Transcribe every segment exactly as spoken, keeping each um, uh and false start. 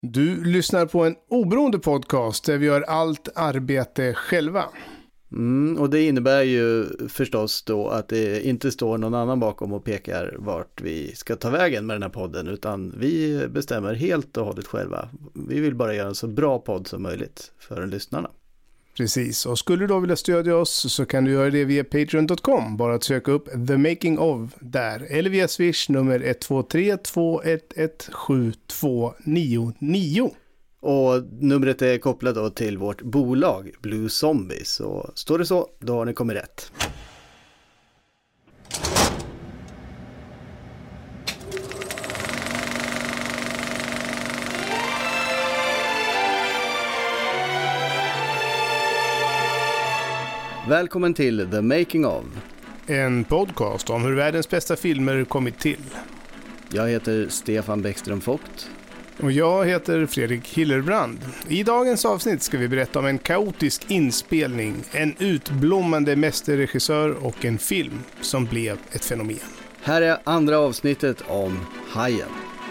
Du lyssnar på en oberoende podcast där vi gör allt arbete själva. Mm, och det innebär ju förstås då att det inte står någon annan bakom och pekar vart vi ska ta vägen med den här podden, utan vi bestämmer helt och hållet själva. Vi vill bara göra en så bra podd som möjligt för lyssnarna. Precis, och skulle du då vilja stödja oss så kan du göra det via patreon dot com. Bara att söka upp The Making of där. Eller via Swish nummer ett två tre två ett ett sju två nio nio. Och numret är kopplat då till vårt bolag Blue Zombie. Så står det så, då har ni kommit rätt. Välkommen till The Making of. En podcast om hur världens bästa filmer kommit till. Jag heter Stefan Bäckström Vogt. Och jag heter Fredrik Hillerbrand. I dagens avsnitt ska vi berätta om en kaotisk inspelning, en utblommande mästerregissör och en film som blev ett fenomen. Här är andra avsnittet om Hajen.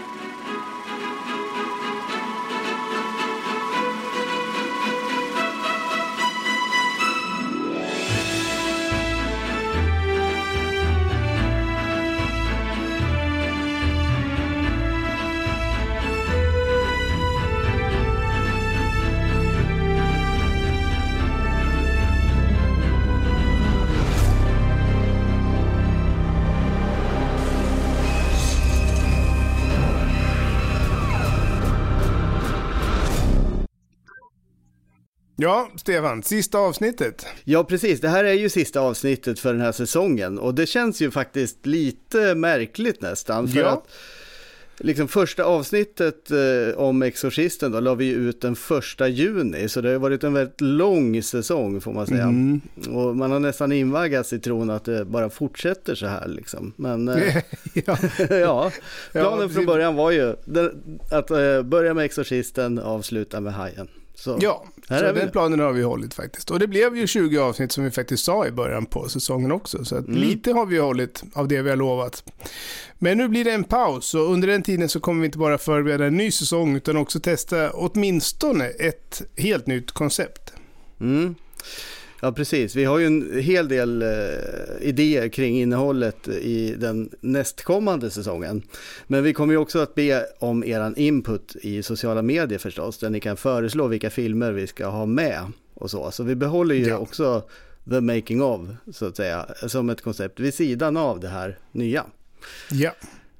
Ja, Stefan, sista avsnittet. Ja, precis. Det här är ju sista avsnittet för den här säsongen. Och det känns ju faktiskt lite märkligt nästan. För ja. att liksom första avsnittet eh, om Exorcisten då la vi ut den första juni. Så det har varit en väldigt lång säsong får man säga. Mm. Och man har nästan invaggats i tron att det bara fortsätter så här liksom. Men eh, ja. ja, planen från början var ju att eh, börja med Exorcisten och avsluta med Hajen. Så, ja, så den planen har vi hållit faktiskt. Och det blev ju tjugo avsnitt som vi faktiskt sa i början på säsongen också. Så att mm. lite har vi hållit av det vi har lovat. Men nu blir det en paus och under den tiden så kommer vi inte bara förbereda en ny säsong utan också testa åtminstone ett helt nytt koncept. Mm. Ja, precis. Vi har ju en hel del eh, idéer kring innehållet i den nästkommande säsongen. Men vi kommer ju också att be om eran input i sociala medier förstås, där ni kan föreslå vilka filmer vi ska ha med och så. Så vi behåller ju ja. också The Making of, så att säga, som ett koncept vid sidan av det här nya. Ja.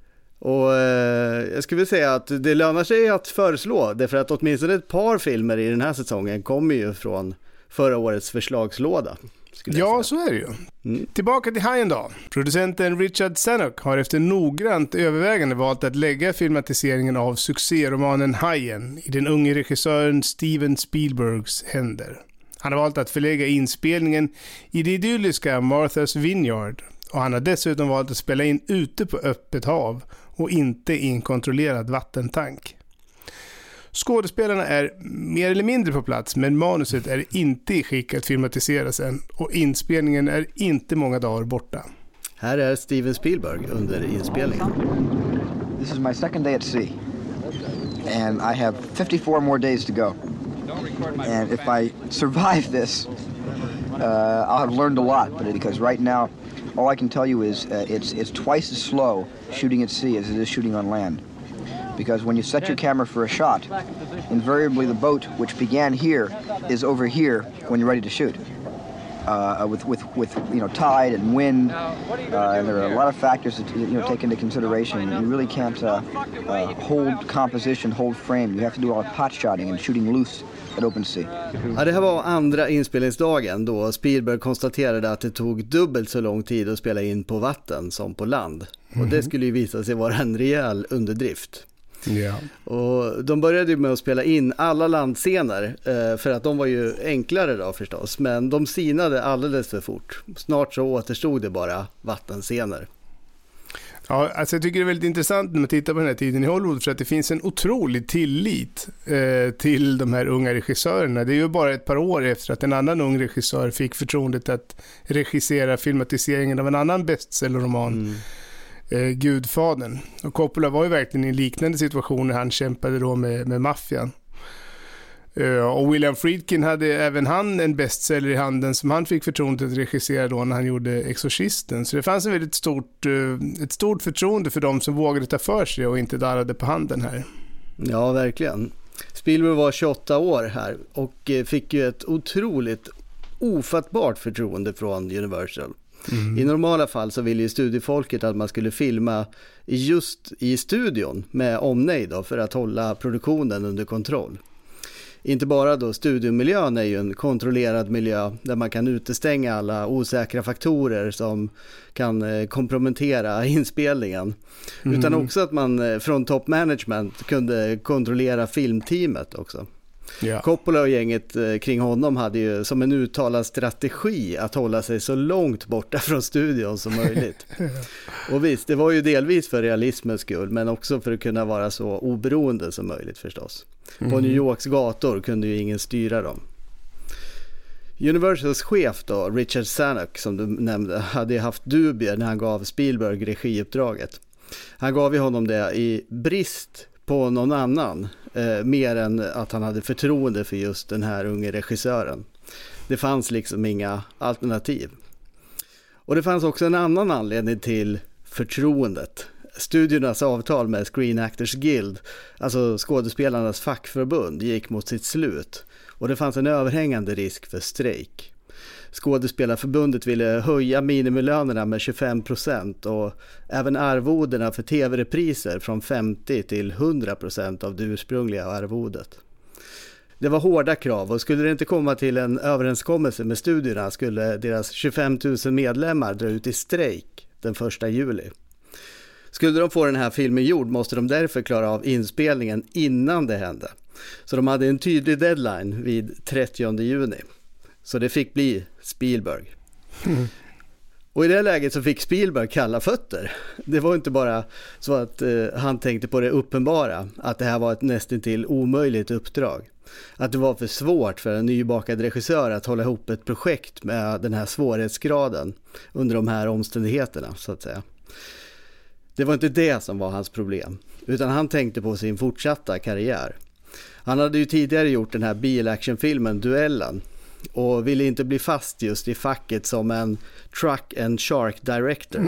Och eh, jag skulle vilja säga att det lönar sig att föreslå, därför att åtminstone ett par filmer i den här säsongen kommer ju från förra årets förslagslåda. Ja, så är det ju. Mm. Tillbaka till Hajen då. Producenten Richard Zanuck har efter noggrant övervägande valt att lägga filmatiseringen av succéromanen Hajen i den unge regissören Steven Spielbergs händer. Han har valt att förlägga inspelningen i det idylliska Martha's Vineyard och han har dessutom valt att spela in ute på öppet hav och inte i en kontrollerad vattentank. Skådespelarna är mer eller mindre på plats, men manuset är inte i skick att filmatiseras än och inspelningen är inte många dagar borta. Här är Steven Spielberg under inspelningen. This is my second day at sea and I have fifty-four more days to go. And if I survive this, uh, I'll have learned a lot, but because right now all I can tell you is uh, it's it's twice as slow shooting at sea as it is shooting on land. Because when you set your camera for a shot, invariably the boat, which began here, is over here when you're ready to shoot. Uh, with, with, with you know, tide and wind, uh, and there are a lot of factors that you know take into consideration. You really can't uh, uh, hold composition, hold frame. You have to do a lot of pot shotting and shooting loose at open sea. Ja, det här var andra inspelningsdagen då Spielberg konstaterade att det tog dubbelt så lång tid att spela in på vatten som på land. Mm-hmm. Och det skulle ju visa sig vara en rejäl underdrift. Yeah. Och de började ju med att spela in alla landscener eh, för att de var ju enklare då förstås, men de sinade alldeles för fort. Snart så återstod det bara vattenscener. Ja, alltså jag tycker det är väldigt intressant när man tittar på den här tiden i Hollywood för att det finns en otrolig tillit eh, till de här unga regissörerna. Det är ju bara ett par år efter att en annan ung regissör fick förtroendet att regissera filmatiseringen av en annan bestsellerroman. Mm. eh, Gudfadern. Och Coppola var ju verkligen i en liknande situation när han kämpade då med, med maffian. Uh, och William Friedkin hade även han en bestseller i handen som han fick förtroendet att regissera då när han gjorde Exorcisten. Så det fanns en väldigt stort, uh, ett stort förtroende för dem som vågade ta för sig och inte darrade på handen här. Ja, verkligen. Spielberg var tjugoåtta år här och fick ju ett otroligt ofattbart förtroende från Universal. Mm. I normala fall så ville ju studiefolket att man skulle filma just i studion med omnejd då, för att hålla produktionen under kontroll. Inte bara då studiomiljön är ju en kontrollerad miljö där man kan utestänga alla osäkra faktorer som kan kompromettera inspelningen. Mm. Utan också att man från top management kunde kontrollera filmteamet också. Ja. Coppola och gänget kring honom hade ju som en uttalad strategi att hålla sig så långt borta från studion som möjligt. Och visst, det var ju delvis för realismens skull men också för att kunna vara så oberoende som möjligt förstås. Mm. På New Yorks gator kunde ju ingen styra dem. Universals chef då, Richard Zanuck som du nämnde, hade haft dubier när han gav Spielberg regiuppdraget. Han gav ju honom det i brist på någon annan, eh, mer än att han hade förtroende för just den här unge regissören. Det fanns liksom inga alternativ. Och det fanns också en annan anledning till förtroendet. Studiernas avtal med Screen Actors Guild, alltså skådespelarnas fackförbund, gick mot sitt slut. Och det fanns en överhängande risk för strejk. Skådespelarförbundet ville höja minimilönerna med tjugofem procent och även arvodena för tv-repriser från femtio till hundra procent av det ursprungliga arvodet. Det var hårda krav och skulle det inte komma till en överenskommelse med studierna skulle deras tjugofem tusen medlemmar dra ut i strejk den första juli. Skulle de få den här filmen gjord måste de därför klara av inspelningen innan det hände. Så de hade en tydlig deadline vid trettionde juni. Så det fick bli Spielberg. Mm. Och i det läget så fick Spielberg kalla fötter. Det var inte bara så att eh, han tänkte på det uppenbara, att det här var ett nästintill omöjligt uppdrag. Att det var för svårt för en nybakad regissör att hålla ihop ett projekt med den här svårighetsgraden under de här omständigheterna så att säga. Det var inte det som var hans problem, utan han tänkte på sin fortsatta karriär. Han hade ju tidigare gjort den här bilactionfilmen Duellen och ville inte bli fast just i facket som en truck and shark director.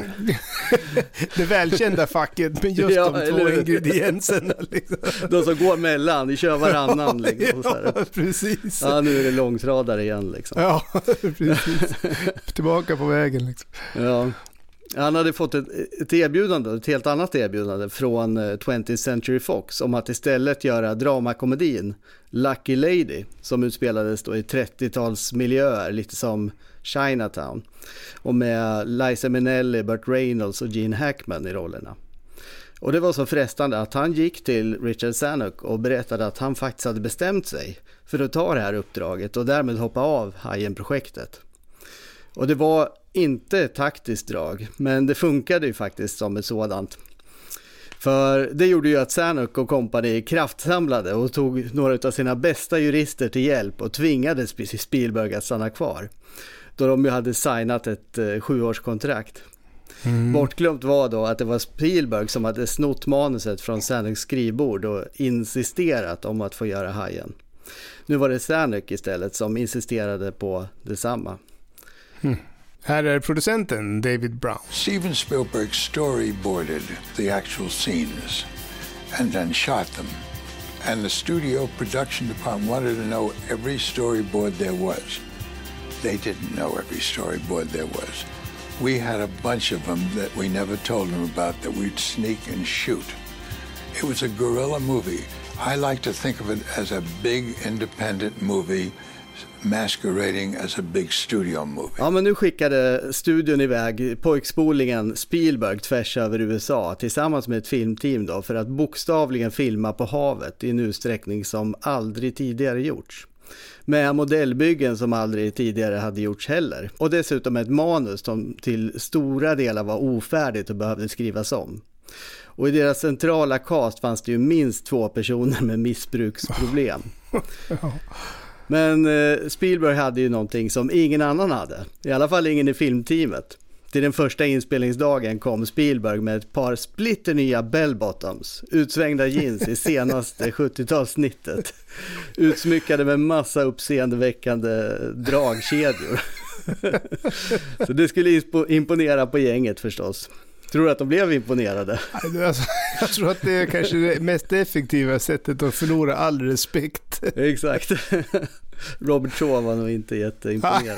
Det välkända facket med just ja, de två ingredienserna. Liksom. De som går mellan, de kör varannan. Liksom, ja, ja, precis. Ja, nu är det långtradare igen. Liksom. Ja, precis. Tillbaka på vägen. Liksom. Ja. Han hade fått ett, ett erbjudande, ett helt annat erbjudande från twentieth Century Fox om att istället göra dramakomedin Lucky Lady som utspelades då i trettiotalsmiljöer, lite som Chinatown. Och med Liza Minnelli, Burt Reynolds och Gene Hackman i rollerna. Och det var så frestande att han gick till Richard Zanuck och berättade att han faktiskt hade bestämt sig för att ta det här uppdraget och därmed hoppa av Hajen-projektet. Och det var inte ett taktiskt drag, men det funkade ju faktiskt som ett sådant. För det gjorde ju att Zanuck och kompani kraftsamlade och tog några av sina bästa jurister till hjälp och tvingade Spielberg att stanna kvar. Då de ju hade signat ett eh, sjuårskontrakt. Mm. Bortglömt var då att det var Spielberg som hade snott manuset från Zanucks skrivbord och insisterat om att få göra Hajen. Nu var det Zanuck istället som insisterade på detsamma. Mm. Här är producenten David Brown. Steven Spielberg storyboarded the actual scenes and then shot them. And the studio production department wanted to know every storyboard there was. They didn't know every storyboard there was. We had a bunch of them that we never told them about that we'd sneak and shoot. It was a guerrilla movie. I like to think of it as a big independent movie masquerading as a big studio movie. Ja, men nu skickade studion iväg pojkspolingen Spielberg tvärs över U S A tillsammans med ett filmteam då för att bokstavligen filma på havet i en utsträckning som aldrig tidigare gjorts. Med modellbyggen som aldrig tidigare hade gjorts heller. Och dessutom ett manus som till stora delar var ofärdigt och behövde skrivas om. Och i deras centrala cast fanns det ju minst två personer med missbruksproblem. Men eh, Spielberg hade ju någonting som ingen annan hade. I alla fall ingen i filmteamet. Till den första inspelningsdagen kom Spielberg med ett par splitternya bell-bottoms, utsvängda jeans i senaste sjuttiotalssnittet, utsmyckade med massa uppseendeväckande dragkedjor. Så det skulle imponera på gänget förstås. Tror du att de blev imponerade? Alltså, jag tror att det är kanske det mest effektiva sättet att förlora all respekt. Exakt. Robert Shaw var nog inte jätteimponerad.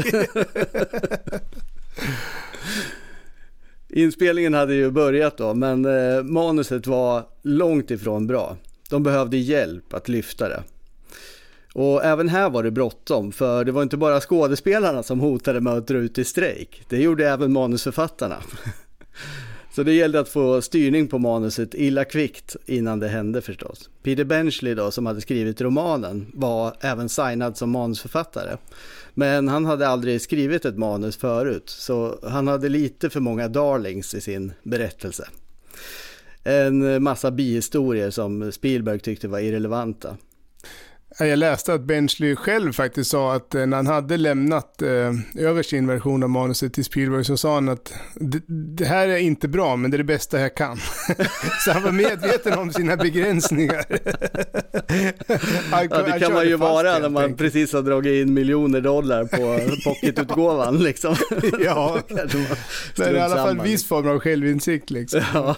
Inspelningen hade ju börjat då, men eh, manuset var långt ifrån bra. De behövde hjälp att lyfta det. Och även här var det bråttom, för det var inte bara skådespelarna som hotade med att dra ut i strejk. Det gjorde även manusförfattarna. Så det gällde att få styrning på manuset illa kvickt innan det hände förstås. Peter Benchley då, som hade skrivit romanen, var även signad som manusförfattare. Men han hade aldrig skrivit ett manus förut, så han hade lite för många darlings i sin berättelse. En massa bihistorier som Spielberg tyckte var irrelevanta. Jag läste att Benchley själv faktiskt sa att när han hade lämnat eh, över sin version av manuset till Spielberg, så sa han att det här är inte bra, men det är det bästa jag kan. Så han var medveten om sina begränsningar. han, ja, det kan man ju vara när man tänkt. precis har dragit in miljoner dollar på pocketutgåvan. Liksom. Ja, men i alla fall viss form av självinsikt. Liksom. Ja.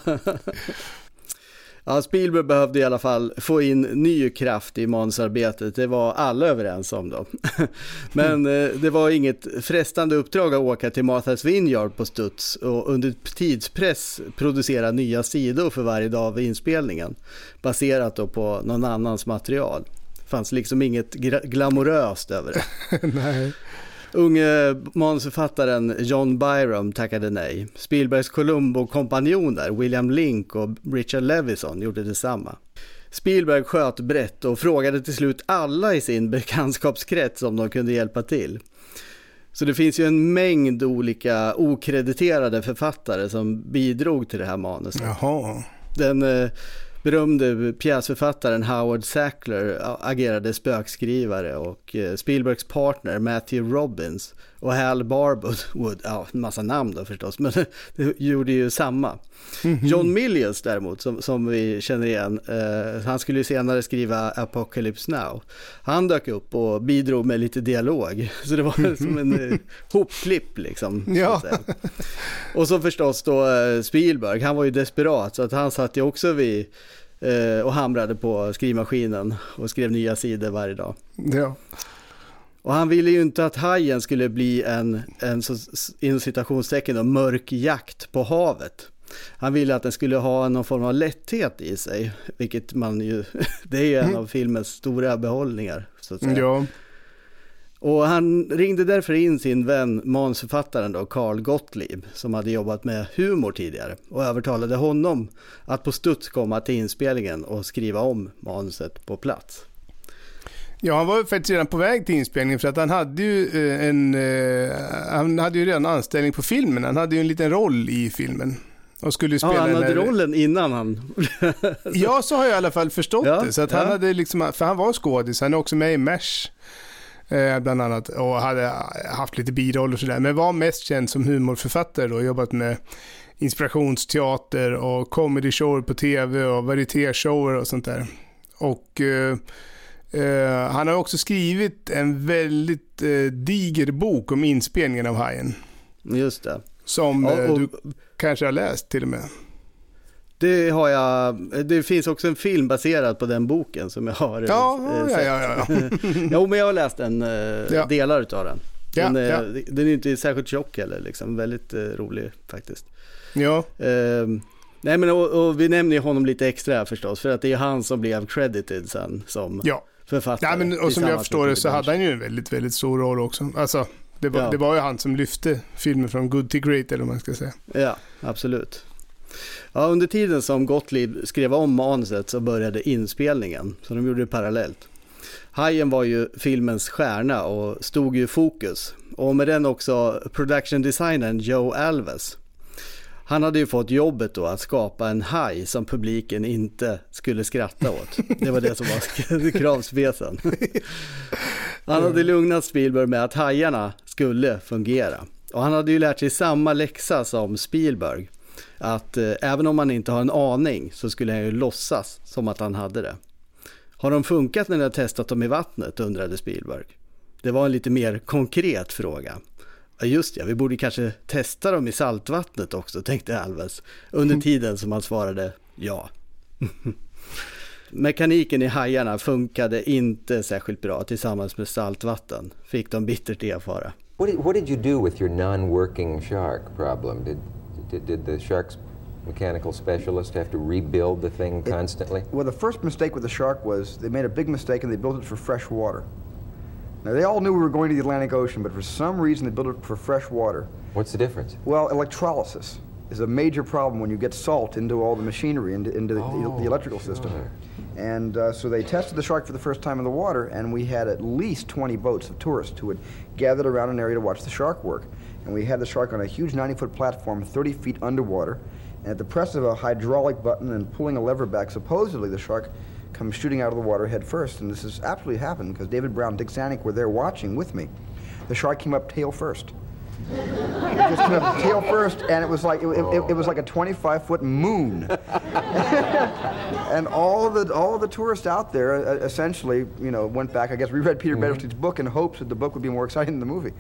Ja, Spielberg behövde i alla fall få in ny kraft i manusarbetet. Det var alla överens om då. Men eh, det var inget frestande uppdrag att åka till Martha's Vineyard på studs och under tidspress producera nya sidor för varje dag av inspelningen, baserat då på någon annans material. Det fanns liksom inget gra- glamoröst över det. Nej. Unge manusförfattaren John Byrom tackade nej. Spielbergs Columbo-kompanjoner William Link och Richard Levison gjorde detsamma. Spielberg sköt brett och frågade till slut alla i sin bekantskapskrets om de kunde hjälpa till. Så det finns ju en mängd olika okrediterade författare som bidrog till det här manuset. Jaha. Den eh, berömde pjäsförfattaren Howard Sackler agerade spökskrivare, och Spielbergs partner Matthew Robbins och Hal Barwood, ja, en massa namn då förstås, men det gjorde ju samma. Mm-hmm. John Milius däremot, som, som vi känner igen, eh, han skulle ju senare skriva Apocalypse Now. Han dök upp och bidrog med lite dialog, så det var mm-hmm. som en eh, hopklipp liksom. Ja. Så och så förstås då eh, Spielberg, han var ju desperat, så att han satt ju också vid eh, och hamrade på skrivmaskinen och skrev nya sidor varje dag. Ja. Och han ville ju inte att Hajen skulle bli en, en så, inom citationstecken, en mörk jakt på havet. Han ville att den skulle ha någon form av lätthet i sig, vilket man ju, det är ju en mm. av filmens stora behållningar, så att säga. Ja. Och han ringde därför in sin vän manusförfattaren då, Carl Gottlieb, som hade jobbat med humor tidigare, och övertalade honom att på studs komma till inspelningen och skriva om manuset på plats. Ja, han var faktiskt redan på väg till inspelningen, för att han hade ju en eh, han hade ju redan anställning på filmen. Han hade ju en liten roll i filmen och skulle ju spela. Ja, han hade här rollen innan han. Ja, så har jag i alla fall förstått ja, det. Så att ja. han hade liksom, för han var skådis, han är också med i MASH eh, bland annat, och hade haft lite biroll och sådär, men var mest känd som humorförfattare då, jobbat med inspirationsteater och comedy shower på tv och varietéshower och sånt där. Och eh, Uh, han har också skrivit en väldigt uh, diger bok om inspelningen av Hajen. Just det. Som uh, ja, och du kanske har läst till och med. Det har jag. Det finns också en film baserad på den boken som jag har ja, äh, sett. Ja, ja, ja. Jo, men jag har läst en äh, ja. delar utav den. Den, ja, ja. Äh, den är inte särskilt tjock eller liksom, väldigt äh, rolig faktiskt. Ja. Uh, nej, men och, och vi nämner ju honom lite extra förstås, för att det är han som blev credited sen som ja. författare. Ja, men, och som jag förstår det så hade han ju en väldigt, väldigt stor roll också. Alltså, det var, ja. det var ju han som lyfte filmen från good to great, eller vad man ska säga. Ja, absolut. Ja, under tiden som Gottlieb skrev om manuset så började inspelningen, så de gjorde det parallellt. Hajen var ju filmens stjärna och stod ju i fokus. Och med den också production designern Joe Alves. Han hade ju fått jobbet då att skapa en haj som publiken inte skulle skratta åt. Det var det som var kravspecen. Han hade lugnat Spielberg med att hajarna skulle fungera. Och han hade ju lärt sig samma läxa som Spielberg. Att eh, även om man inte har en aning så skulle han ju låtsas som att han hade det. Har de funkat när de har testat dem i vattnet, undrade Spielberg. Det var en lite mer konkret fråga. Ja just det, vi borde kanske testa dem i saltvattnet också, tänkte Alves. Under tiden som han svarade ja. Mekaniken i hajarna funkade inte särskilt bra tillsammans med saltvatten. Fick de bittert erfara. What did, what did you do with your non-working shark problem? Did, did, did the shark's mechanical specialist have to rebuild the thing constantly? It, well, the first mistake with the shark was they made a big mistake and they built it for fresh water. Now, they all knew we were going to the Atlantic Ocean, but for some reason they built it for fresh water. What's the difference? Well, electrolysis is a major problem when you get salt into all the machinery, into, into the, oh, the electrical system. Sure. And uh, so they tested the shark for the first time in the water, and we had at least twenty boats of tourists who had gathered around an area to watch the shark work. And we had the shark on a huge ninety-foot platform, thirty feet underwater, and at the press of a hydraulic button and pulling a lever back, supposedly the shark comes shooting out of the water head first. And this has absolutely happened because David Brown and Dick Zanuck were there watching with me. The shark came up tail first. It just came up tail first, and it was like it, it, it was like a twenty-five foot moon. And all the all the tourists out there uh, essentially, you know, went back. I guess we read Peter mm-hmm. Betterstead's book in hopes that the book would be more exciting than the movie.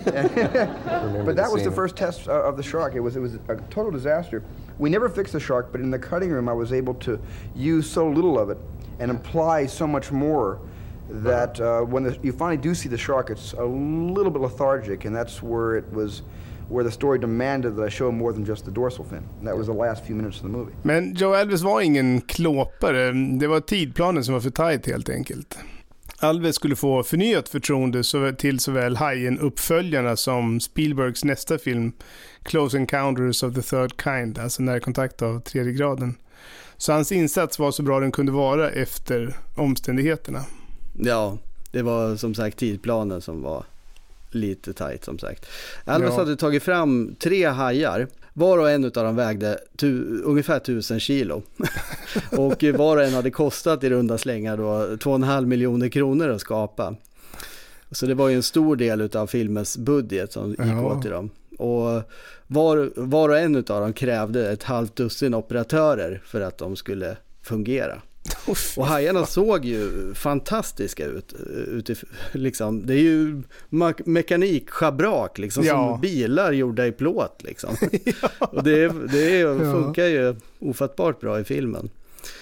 But that was the first test uh, of the shark. It was it was a total disaster. We never fixed the shark, but in the cutting room, I was able to use so little of it and apply so much more that uh, when the, you finally do see the shark, it's a little bit lethargic, and that's where it was, where the story demanded that I show more than just the dorsal fin. And that was the last few minutes of the movie. Men Joe Alves var ingen klåpare. Det var tidplanen som var för tajt helt enkelt. Alves skulle få förnyat förtroende till såväl Hajen-uppföljarna som Spielbergs nästa film Close Encounters of the Third Kind, alltså närkontakt av tredje graden. Så hans insats var så bra den kunde vara efter omständigheterna. Ja, det var som sagt tidplanen som var lite tajt som sagt. Alves ja. hade tagit fram tre hajar. Var och en av dem vägde tu, ungefär tusen kilo. Och var och en hade kostat i runda slängar då två och en halv miljoner kronor att skapa. Så det var ju en stor del av filmens budget som gick ja. åt till dem. Och var, var och en av dem krävde ett halvt dussin operatörer för att de skulle fungera. Och hajarna såg ju fantastiska ut, ut liksom. Det är ju me- mekanik schabrak liksom, ja. som bilar gjorda i plåt liksom. Ja. Och det, det funkar ja. ju ofattbart bra i filmen.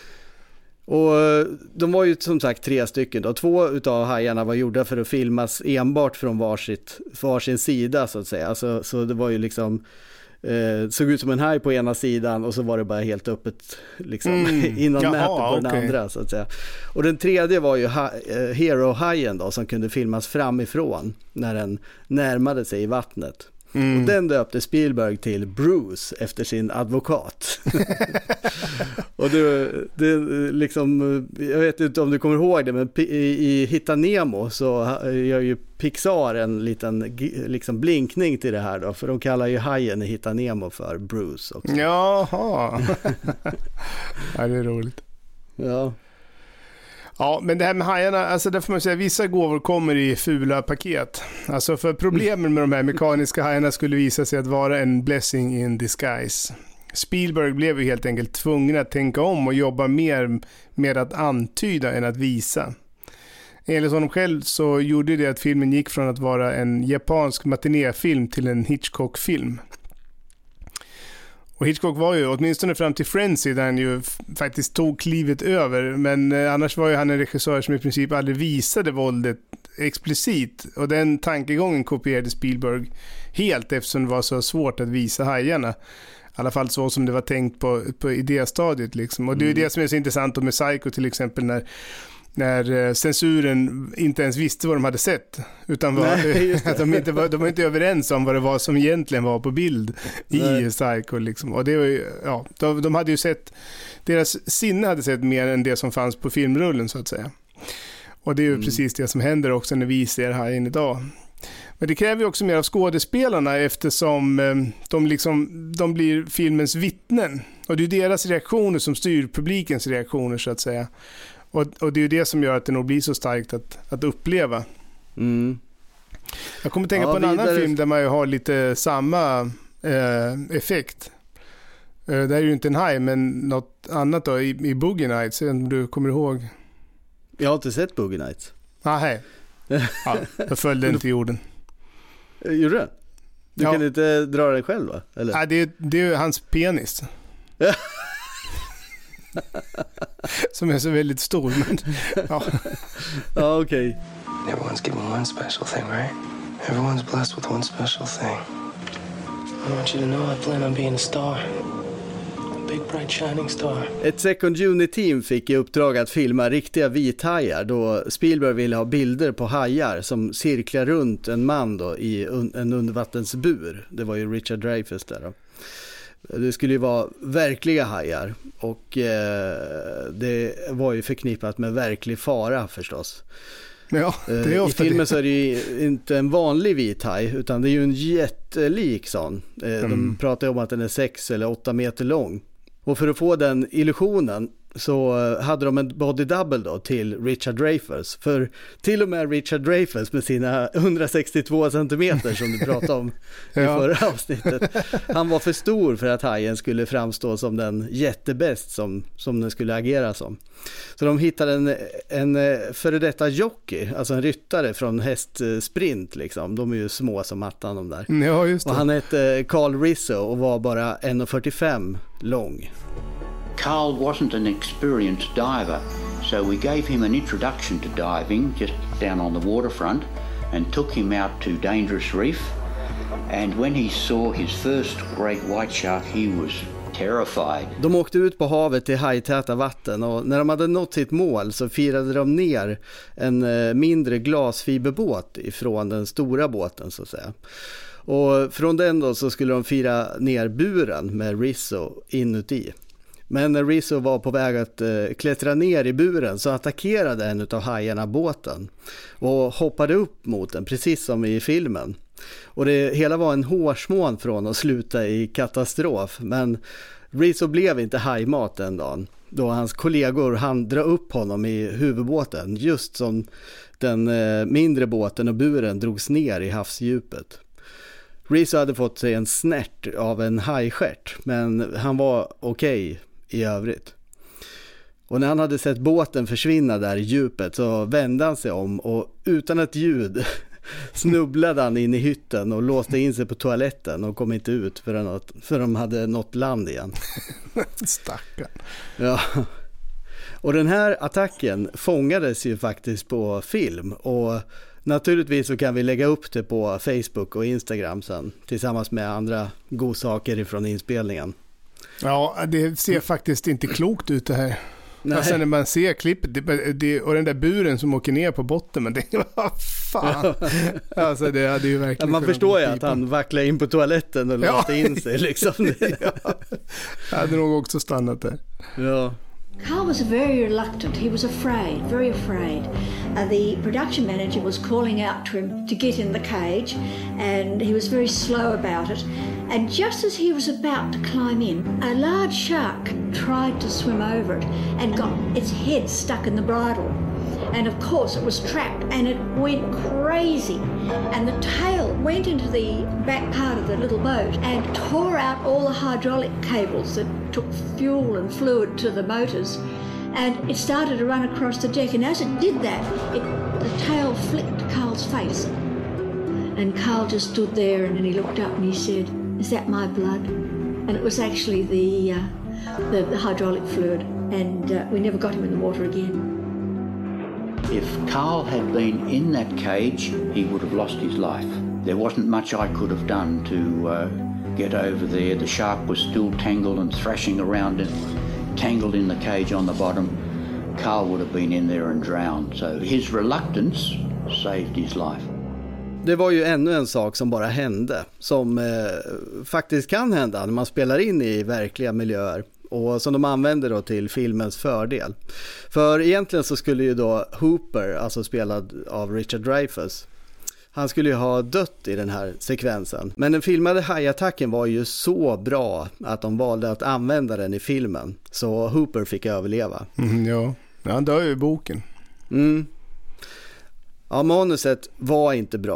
Och de var ju som sagt tre stycken då. Två utav hajarna var gjorda för att filmas enbart från varsitt, varsin sida så att säga. Alltså, så det var ju liksom Eh, såg ut som en haj på ena sidan och så var det bara helt öppet liksom, mm. innan Jaha, nätet på okay. den andra så att säga. Och den tredje var ju ha- eh, Hero-hajen då, som kunde filmas framifrån när den närmade sig i vattnet. Mm. Och den döpte Spielberg till Bruce efter sin advokat. Och det, det liksom, jag vet inte om du kommer ihåg det, men i, i Hitta Nemo så gör ju Pixar en liten liksom blinkning till det här då, för de kallar ju hajen i Hitta Nemo för Bruce också. Jaha. Ja, det är roligt. Ja. Ja, men det här med hajarna, alltså där får man säga vissa gåvor kommer i fula paket. Alltså för problemen med de här mekaniska hajarna skulle visa sig att vara en blessing in disguise. Spielberg blev ju helt enkelt tvungen att tänka om och jobba mer med att antyda än att visa. Enligt honom själv så gjorde det att filmen gick från att vara en japansk matinéfilm till en Hitchcock-film. Och Hitchcock var ju, åtminstone fram till Frenzy, där han ju f- faktiskt tog klivet över. Men eh, annars var ju han en regissör som i princip aldrig visade våldet explicit. Och den tankegången kopierade Spielberg helt eftersom det var så svårt att visa hajarna. I alla fall så som det var tänkt på, på idéstadiet liksom. Och det är ju det som är så intressant med Psycho till exempel, när när censuren inte ens visste vad de hade sett, utan var, Nej, att de inte var, de var inte överens om vad det var som egentligen var på bild i Nej. Psycho liksom. Och det var ju, ja, de, de hade ju sett, deras sinne hade sett mer än det som fanns på filmrullen så att säga. Och det är ju mm. precis det som händer också när vi ser här in idag. Men det kräver ju också mer av skådespelarna eftersom eh, de, liksom, de blir filmens vittnen. Och det är deras reaktioner som styr publikens reaktioner så att säga. Och, och det är ju det som gör att det nog blir så starkt att, att uppleva. Mm. Jag kommer tänka Ja, på en vidare... annan film där man ju har lite samma eh, effekt. Eh, det är ju inte en haj, men något annat då i, i Boogie Nights, om du kommer ihåg. Jag har inte sett Boogie Nights. Ah, hej. Ja, jag följde den till jorden. Gjorde du? Du ja. kan inte dra den själv, va? Eller? Ja, det, det är ju hans penis. Som är så väldigt stor, men ja. Ja, okej. Okay. Everyone's given one special thing, right? Everyone's blessed with one special thing. I want you to know I plan on being a star. A big bright shining star. Ett Second Unit-team fick i uppdrag att filma riktiga vithajar då Spielberg ville ha bilder på hajar som cirklar runt en man då i en undervattensbur. Det var ju Richard Dreyfuss där då. Det skulle ju vara verkliga hajar och eh, det var ju förknippat med verklig fara förstås. Ja, det är ofta I filmen det. så är det ju inte en vanlig vit haj utan det är ju en jättelik sån. Eh, mm. De pratar ju om att den är sex eller åtta meter lång. Och för att få den illusionen så hade de en body double då till Richard Dreyfuss. För till och med Richard Dreyfuss med sina hundrasextiotvå centimeter som du pratade om i ja. förra avsnittet. Han var för stor för att hajen skulle framstå som den jättebäst som, som den skulle agera som. Så de hittade en, en före detta jockey, alltså en ryttare från hästsprint liksom. De är ju små som mattan de där. Ja, just det. Och han hette Carl Rizzo och var bara ett komma fyrtiofem lång. Carl wasn't an experienced diver, so we gave him an introduction to diving just down on the waterfront and took him out to Dangerous Reef. And when he saw his first great white shark, he was terrified. De åkte ut på havet i hajtäta vatten och när de hade nått sitt mål så firade de ner en mindre glasfiberbåt ifrån den stora båten så att säga. Och från den då så skulle de fira ner buren med Rizzo inuti. Men när Rizzo var på väg att eh, klättra ner i buren så attackerade en av hajarna båten och hoppade upp mot den, precis som i filmen. Och det hela var en hårsmån från att sluta i katastrof, men Rizzo blev inte hajmat den dagen då hans kollegor hann dra upp honom i huvudbåten just som den eh, mindre båten och buren drogs ner i havsdjupet. Rizzo hade fått sig en snärt av en hajstjärt, men han var okej okay i övrigt. Och när han hade sett båten försvinna där i djupet så vände han sig om och utan ett ljud snubblade han in i hytten och låste in sig på toaletten och kom inte ut förrän, att, förrän de hade nått land igen. Stackarn. Ja. Och den här attacken fångades ju faktiskt på film och naturligtvis så kan vi lägga upp det på Facebook och Instagram sen tillsammans med andra godsaker ifrån inspelningen. Ja, det ser faktiskt inte klokt ut det här. Nej. Alltså när man ser klippet det, det, och den där buren som åker ner på botten, men det var fan. Alltså det hade ju verkligen. Ja, man förstår ju att han vacklar in på toaletten och låste ja. in sig liksom. Ja. Jag hade nog också stannat där. Ja. Carl was very reluctant. He was afraid, very afraid. Uh, the production manager was calling out to him to get in the cage, and he was very slow about it. And just as he was about to climb in, a large shark tried to swim over it and got its head stuck in the bridle. And of course it was trapped and it went crazy. And the tail went into the back part of the little boat and tore out all the hydraulic cables that took fuel and fluid to the motors. And it started to run across the deck. And as it did that, it, the tail flicked Carl's face. And Carl just stood there and then he looked up and he said, "Is that my blood?" And it was actually the, uh, the, the hydraulic fluid. And uh, we never got him in the water again. If Carl had been in that cage, he would have lost his life. There wasn't much I could have done to uh, get over there. The shark was still tangled and thrashing around it, tangled in the cage on the bottom. Carl would have been in there and drowned. So his reluctance saved his life. Det var ju ännu en sak som bara hände, som eh, faktiskt kan hända när man spelar in i verkliga miljöer. Och som de använder då till filmens fördel. För egentligen så skulle ju då Hooper, alltså spelad av Richard Dreyfuss, han skulle ju ha dött i den här sekvensen. Men den filmade hajattacken var ju så bra att de valde att använda den i filmen. Så Hooper fick överleva. Mm, ja, han dör ju i boken. Mm. Ja, manuset var inte bra.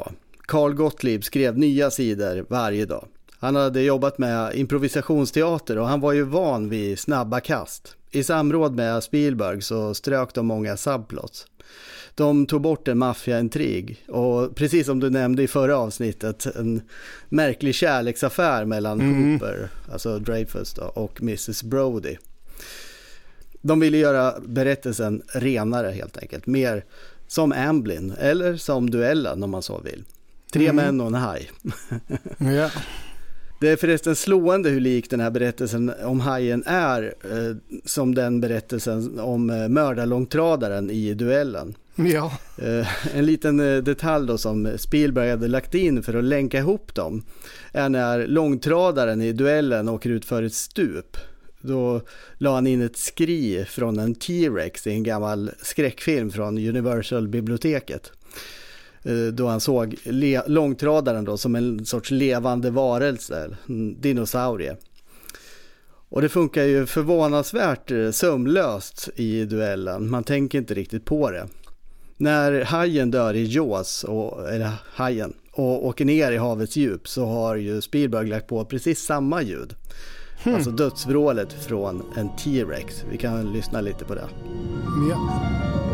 Carl Gottlieb skrev nya sidor varje dag. Han hade jobbat med improvisationsteater och han var ju van vid snabba kast. I samråd med Spielberg så strök de många subplots. De tog bort en maffiaintrig och precis som du nämnde i förra avsnittet, en märklig kärleksaffär mellan mm. Cooper, alltså Dreyfus då, och missus Brody. De ville göra berättelsen renare helt enkelt, mer som Amblin eller som Duellen om man så vill. Tre mm. män och en haj. Ja. Det är förresten slående hur lik den här berättelsen om hajen är eh, som den berättelsen om eh, mördarlångtradaren i Duellen. Ja. Eh, en liten eh, detalj då som Spielberg hade lagt in för att länka ihop dem är när långtradaren i Duellen åker ut för ett stup. Då la han in ett skri från en T-Rex i en gammal skräckfilm från Universal-biblioteket. Då han såg le- långtradaren då som en sorts levande varelse, en dinosaurie. Och det funkar ju förvånansvärt sömlöst i Duellen. Man tänker inte riktigt på det. När hajen dör i Jaws, och, eller hajen, och åker ner i havets djup så har ju Spielberg lagt på precis samma ljud. Hmm. Alltså dödsvrålet från en T-Rex. Vi kan lyssna lite på det. Ja.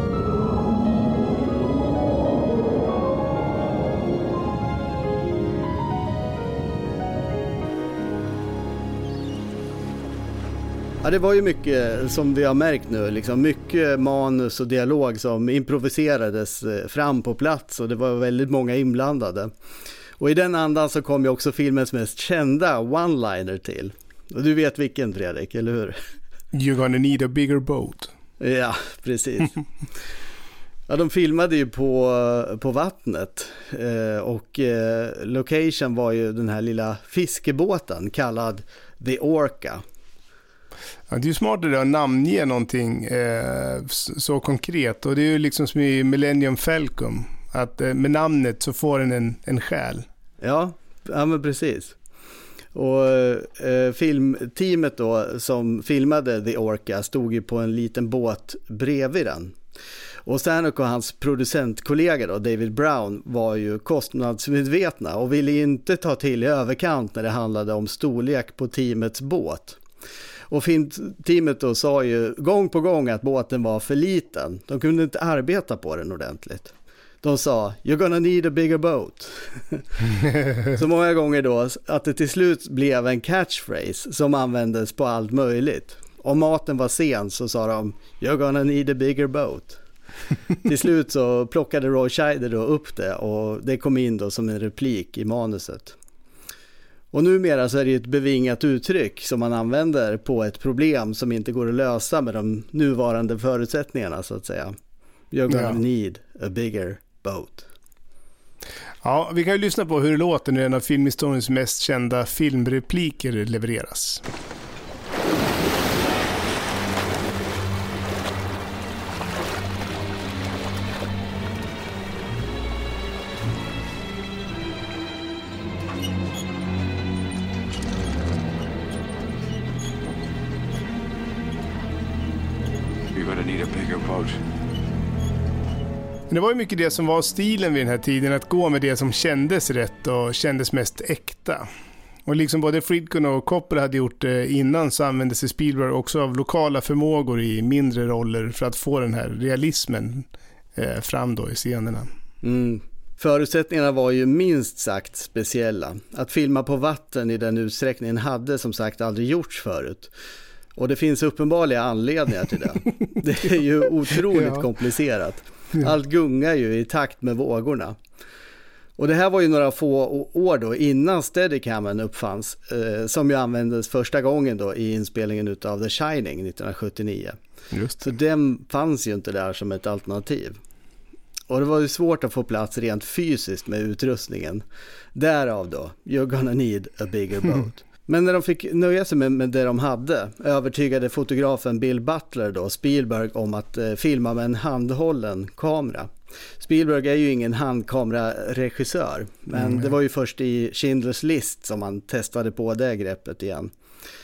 Ja, det var ju mycket som vi har märkt nu, liksom mycket manus och dialog som improviserades fram på plats och det var väldigt många inblandade. Och i den andan så kom ju också filmens mest kända one-liner till. Och du vet vilken, Fredrik, eller hur? You're gonna need a bigger boat. Ja, precis. Ja, de filmade ju på, på vattnet eh, och eh, location var ju den här lilla fiskebåten kallad The Orca. Ja, det är ju smart det där att namnge någonting eh, så konkret, och det är ju liksom som i Millennium Falcon att eh, med namnet så får den en, en själ. Ja, ja men precis. Och eh, filmteamet då som filmade The Orca stod ju på en liten båt bredvid den. Och Zanuck och hans producentkollega då, David Brown, var ju kostnadsmedvetna och ville inte ta till i överkant när det handlade om storlek på teamets båt. Och filmteamet då sa ju gång på gång att båten var för liten. De kunde inte arbeta på den ordentligt. De sa, you're gonna need a bigger boat. Så många gånger då att det till slut blev en catchphrase som användes på allt möjligt. Om maten var sen så sa de, you're gonna need a bigger boat. Till slut så plockade Roy Scheider då upp det och det kom in då som en replik i manuset. Och numera så är det ett bevingat uttryck som man använder på ett problem som inte går att lösa med de nuvarande förutsättningarna så att säga. You're gonna ja. need a bigger boat. Ja, vi kan ju lyssna på hur det låter när en av filmhistoriens mest kända filmrepliker levereras. Men det var ju mycket det som var stilen vid den här tiden, att gå med det som kändes rätt och kändes mest äkta. Och liksom både Friedkin och Coppola hade gjort det innan så använde sig Spielberg också av lokala förmågor i mindre roller för att få den här realismen eh, fram då i scenerna. Mm. Förutsättningarna var ju minst sagt speciella. Att filma på vatten i den utsträckningen hade som sagt aldrig gjorts förut. Och det finns uppenbarliga anledningar till det. Det är ju otroligt ja. komplicerat. Allt gungar ju i takt med vågorna. Och det här var ju några få år då innan Steadicamen uppfanns. Eh, som ju användes första gången då i inspelningen utav The Shining nittonhundrasjuttionio. Just det. Så den fanns ju inte där som ett alternativ. Och det var ju svårt att få plats rent fysiskt med utrustningen. Därav då, you're gonna need a bigger boat. Mm. Men när de fick nöja sig med, med det de hade övertygade fotografen Bill Butler då Spielberg om att eh, filma med en handhållen kamera. Spielberg är ju ingen handkameraregissör, men mm. det var ju först i Schindler's List som man testade på det greppet igen.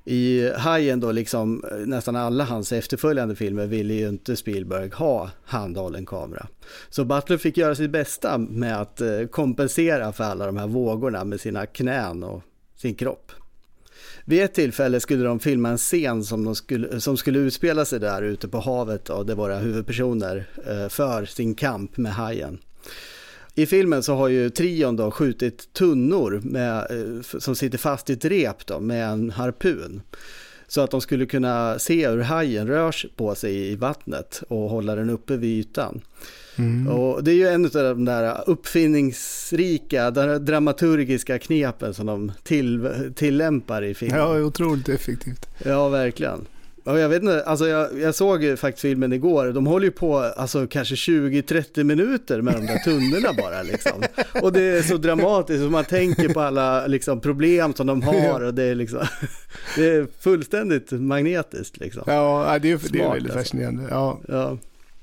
I Hajen då, liksom nästan alla hans efterföljande filmer, ville ju inte Spielberg ha handhållen kamera. Så Butler fick göra sitt bästa med att kompensera för alla de här vågorna med sina knän och sin kropp. Vid ett tillfälle skulle de filma en scen som, de skulle, som skulle utspela sig där ute på havet av de våra huvudpersoner för sin kamp med hajen. I filmen så har ju trion då skjutit tunnor med, som sitter fast i ett rep då, med en harpun. Så att de skulle kunna se hur hajen rör på sig i vattnet och hålla den uppe vid ytan. Mm. Och det är ju en av de där uppfinningsrika, dramaturgiska knepen som de till, tillämpar i filmen. Ja, otroligt effektivt. Ja, verkligen. Och jag vet inte, alltså jag, jag såg ju faktiskt filmen igår. De håller ju på alltså kanske tjugo till trettio minuter med de där tunnorna bara liksom. Och det är så dramatiskt och man tänker på alla liksom problem som de har och det är liksom det är fullständigt magnetiskt liksom. Ja, det är, Smart, det är väldigt alltså. fascinerande. Ja. Ja.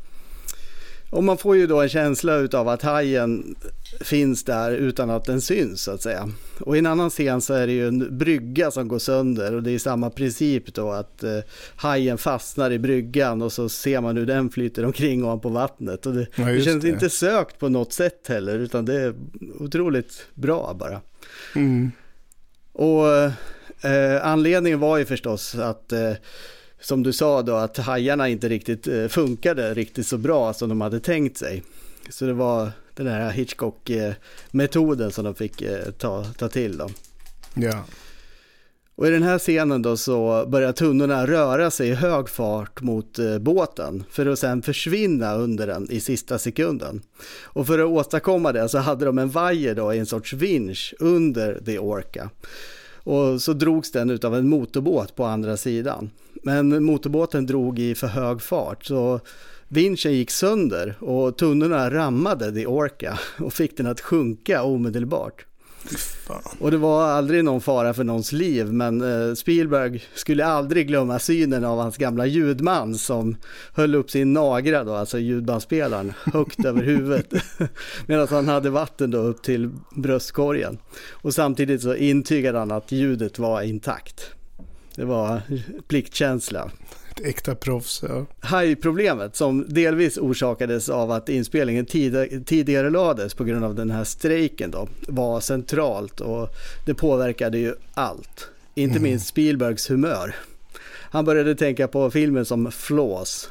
Och man får ju då en känsla utav att hajen finns där utan att den syns så att säga. Och i en annan scen så är det ju en brygga som går sönder och det är samma princip då att eh, hajen fastnar i bryggan och så ser man hur den flyter omkring och på vattnet. Och det, ja, det känns det. inte sökt på något sätt heller utan det är otroligt bra bara. Mm. Och eh, anledningen var ju förstås att eh, som du sa då att hajarna inte riktigt eh, funkade riktigt så bra som de hade tänkt sig. Så det var den här Hitchcock-metoden som de fick eh, ta, ta till då. Ja. Och i den här scenen då så börjar tunnorna röra sig i hög fart mot eh, båten för att sedan försvinna under den i sista sekunden. Och för att åstadkomma det så hade de en vajer då i en sorts vinsch under The Orca. Och så drogs den utav en motorbåt på andra sidan. Men motorbåten drog i för hög fart så vinschen gick sönder och tunnorna rammade The Orca och fick den att sjunka omedelbart. Fan. Och det var aldrig någon fara för någons liv men eh, Spielberg skulle aldrig glömma synen av hans gamla ljudman som höll upp sin nagra då, alltså ljudbandspelaren, högt över huvudet medan han hade vatten då upp till bröstkorgen. Och samtidigt så intygade han att ljudet var intakt. Det var pliktkänsla. Ett äkta proffs, ja. Hajproblemet som delvis orsakades av att inspelningen tid- tidigare lades på grund av den här strejken då, var centralt och det påverkade ju allt. Inte mm. minst Spielbergs humör. Han började tänka på filmen som flås.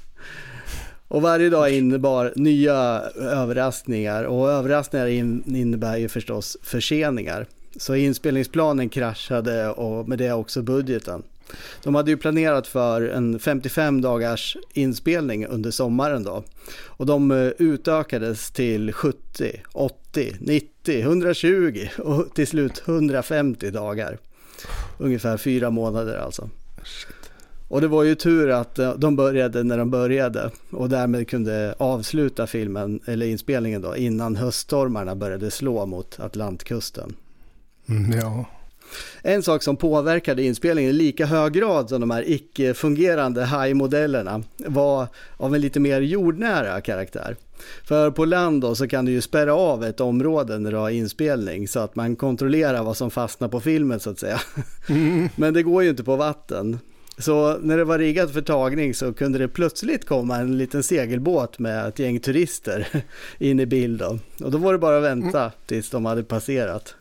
Och varje dag innebar nya överraskningar och överraskningar innebär ju förstås förseningar. Så inspelningsplanen kraschade och med det också budgeten. De hade ju planerat för en femtiofem dagars inspelning under sommaren då. Och de utökades till sjuttio, åttio, nittio, hundratjugo och till slut hundrafemtio dagar. Ungefär fyra månader alltså. Och det var ju tur att de började när de började och därmed kunde avsluta filmen eller inspelningen då innan höststormarna började slå mot Atlantkusten. Mm, ja. En sak som påverkade inspelningen i lika hög grad som de här icke-fungerande hajmodellerna var av en lite mer jordnära karaktär. För på land då så kan du ju spärra av ett område när du har inspelning så att man kontrollerar vad som fastnar på filmen så att säga. Mm. Men det går ju inte på vatten. Så när det var riggat för tagning så kunde det plötsligt komma en liten segelbåt med ett gäng turister in i bild då. Och då var det bara att vänta tills de hade passerat.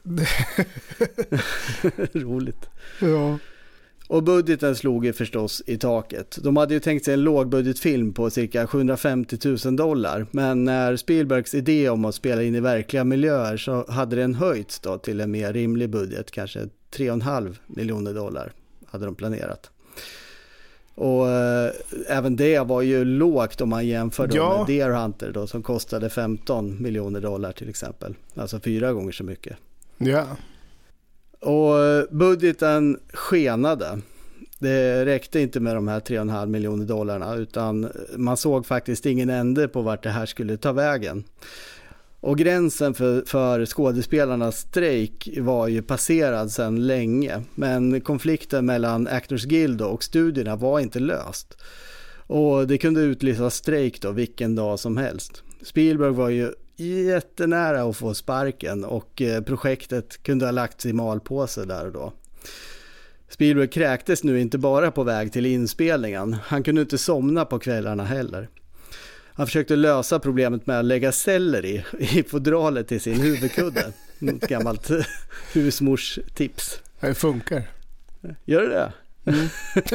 Roligt. Ja. Och budgeten slog ju förstås i taket. De hade ju tänkt sig en lågbudgetfilm på cirka sjuhundrafemtio tusen dollar. Men när Spielbergs idé om att spela in i verkliga miljöer så hade den höjts då till en mer rimlig budget. Kanske tre komma fem miljoner dollar hade de planerat. Och äh, även det var ju lågt om man jämför ja. med Deer Hunter då, som kostade femton miljoner dollar till exempel. Alltså fyra gånger så mycket. Ja. Och budgeten skenade. Det räckte inte med de här tre komma fem miljoner dollarna utan man såg faktiskt ingen ände på vart det här skulle ta vägen. Och gränsen för, för skådespelarnas strejk var ju passerad sedan länge. Men konflikten mellan Actors Guild och studierna var inte löst. Och det kunde utlysas strejk då vilken dag som helst. Spielberg var ju jättenära att få sparken och projektet kunde ha lagts i malpåse där och då. Spielberg kräktes nu inte bara på väg till inspelningen. Han kunde inte somna på kvällarna heller. Han försökte lösa problemet med att lägga selleri i fodralet till sin huvudkudde. Ett gammalt husmorstips. Det funkar. Gör det det? Mm.